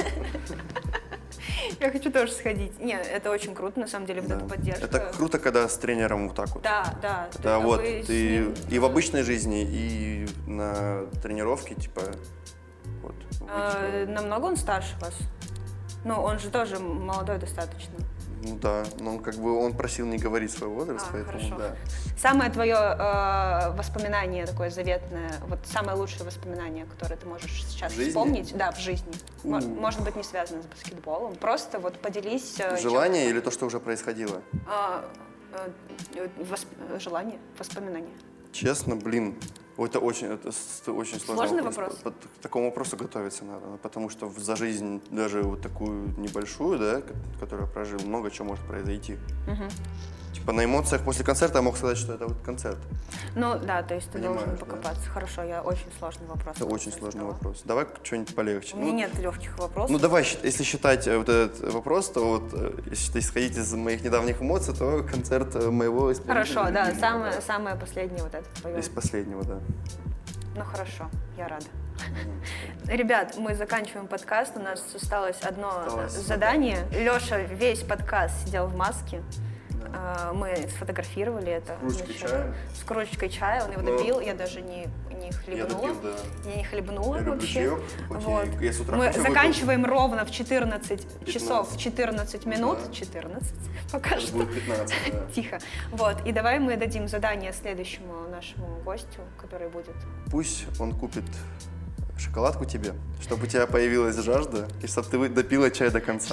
Я хочу тоже сходить. Нет, это очень круто, на самом деле, вот да. эта поддержка. Это круто, когда с тренером вот так вот. Да, да. Да, ты, вот, ты ним... и в обычной жизни, и на тренировке, типа, вот. А, намного он старше вас? Ну, он же тоже молодой достаточно. Ну да, но он как бы, он просил не говорить свой возраст, а, поэтому хорошо. да. Самое твое э, воспоминание такое заветное, вот самое лучшее воспоминание, которое ты можешь сейчас вспомнить, да, в жизни, у. Может быть, не связано с баскетболом, просто вот поделись. Желание чем-то. Или то, что уже происходило? А, э, восп... Желание, воспоминание. Честно, блин, Это очень, это очень сложный, Сложный вопрос. вопрос? По, по, к такому вопросу готовиться надо, потому что за жизнь, даже вот такую небольшую, да, которую я прожил, много чего может произойти. Угу. Типа на эмоциях после концерта я мог сказать, что это вот концерт. Ну да, то есть ты Понимаешь, должен покопаться. Да? Хорошо, я очень сложный вопрос. Это очень сложный задала. вопрос. Давай что-нибудь полегче. У меня ну, нет легких вопросов. Ну давай, если считать вот этот вопрос, то вот если исходить из моих недавних эмоций, то концерт моего исполнителя. Хорошо, да, самое, да. самое последнее вот это твое. Из последнего, да. Ну хорошо, я рада. Ребят, мы заканчиваем подкаст, у нас осталось одно осталось задание. Леша весь подкаст сидел в маске. Да. Мы сфотографировали это. С кружкой чая? С кружечкой чая, он его Но... допил, я даже не, не хлебнула. Я допил, да. Я не хлебнула я вообще. Чаек, вот. Я с утра мы заканчиваем выпил. ровно в четырнадцать часов, четырнадцать минут. Да. четырнадцать пока это что. Будет пятнадцать, да. Тихо. Вот. И давай мы дадим задание следующему нашему гостю, который будет. Пусть он купит шоколадку тебе, чтобы у тебя появилась жажда, и чтобы ты допила чай до конца.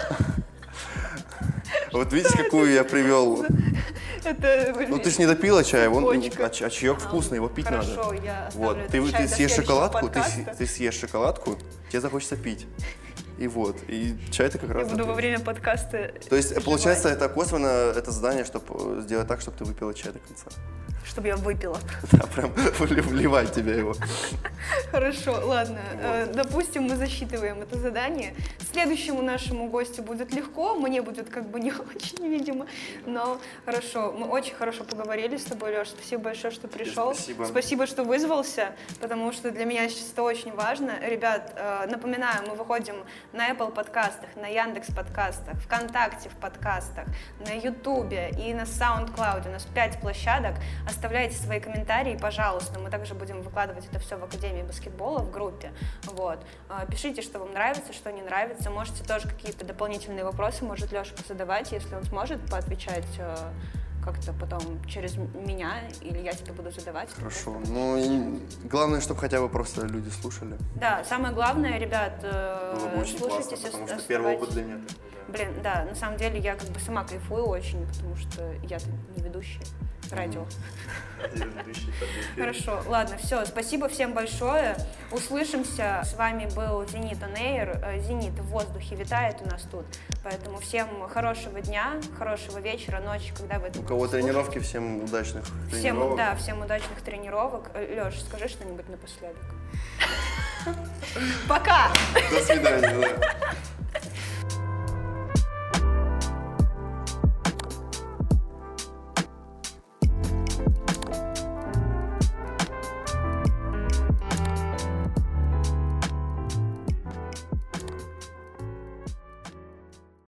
Вот видите, какую я привел. Это... Ну ты ж не допила чай, вон, а, а чаек вкусный, его пить Хорошо, надо. Хорошо, я оставлю вот. этот Ты, чай ты съешь шоколадку, ты, подкаста. ты съешь шоколадку, тебе захочется пить. И вот, и чай-то как я раз... Я буду допьешь. Во время подкаста То есть, жевать. Получается, это косвенно, это задание, чтобы сделать так, чтобы ты выпила чай до конца. Чтобы я выпила. Да, прям вливать тебе его. Хорошо, ладно. Вот. Допустим, мы засчитываем это задание. Следующему нашему гостю будет легко, мне будет как бы не очень, видимо. Но хорошо, мы очень хорошо поговорили с тобой, Леш. Спасибо большое, что пришел. Спасибо. Спасибо, что вызвался, потому что для меня сейчас это очень важно. Ребят, напоминаю, мы выходим на Apple подкастах, на Яндекс подкастах, ВКонтакте в подкастах, на Ютубе и на SoundCloud. У нас пять площадок. Оставляйте свои комментарии, пожалуйста. Мы также будем выкладывать это все в Академии баскетбола в группе. Вот. Пишите, что вам нравится, что не нравится. Можете тоже какие-то дополнительные вопросы, может Леша позадавать, если он сможет поотвечать как-то потом через меня, или я тебе буду задавать. Хорошо. Ну, и главное, чтобы хотя бы просто люди слушали. Да, самое главное, ребят, Было бы очень слушайте, классно, потому что первый опыт для меня. Блин, да, на самом деле я как бы сама кайфую очень, потому что я-то не ведущая радио. Хорошо, ладно, все, спасибо всем большое. Услышимся. С вами был Зенит On Air. Зенит в воздухе витает у нас тут. Поэтому всем хорошего дня, хорошего вечера, ночи, когда вы это У кого тренировки, всем удачных всем, тренировок. Да, всем удачных тренировок. Леш, скажи что-нибудь напоследок. Пока! До свидания.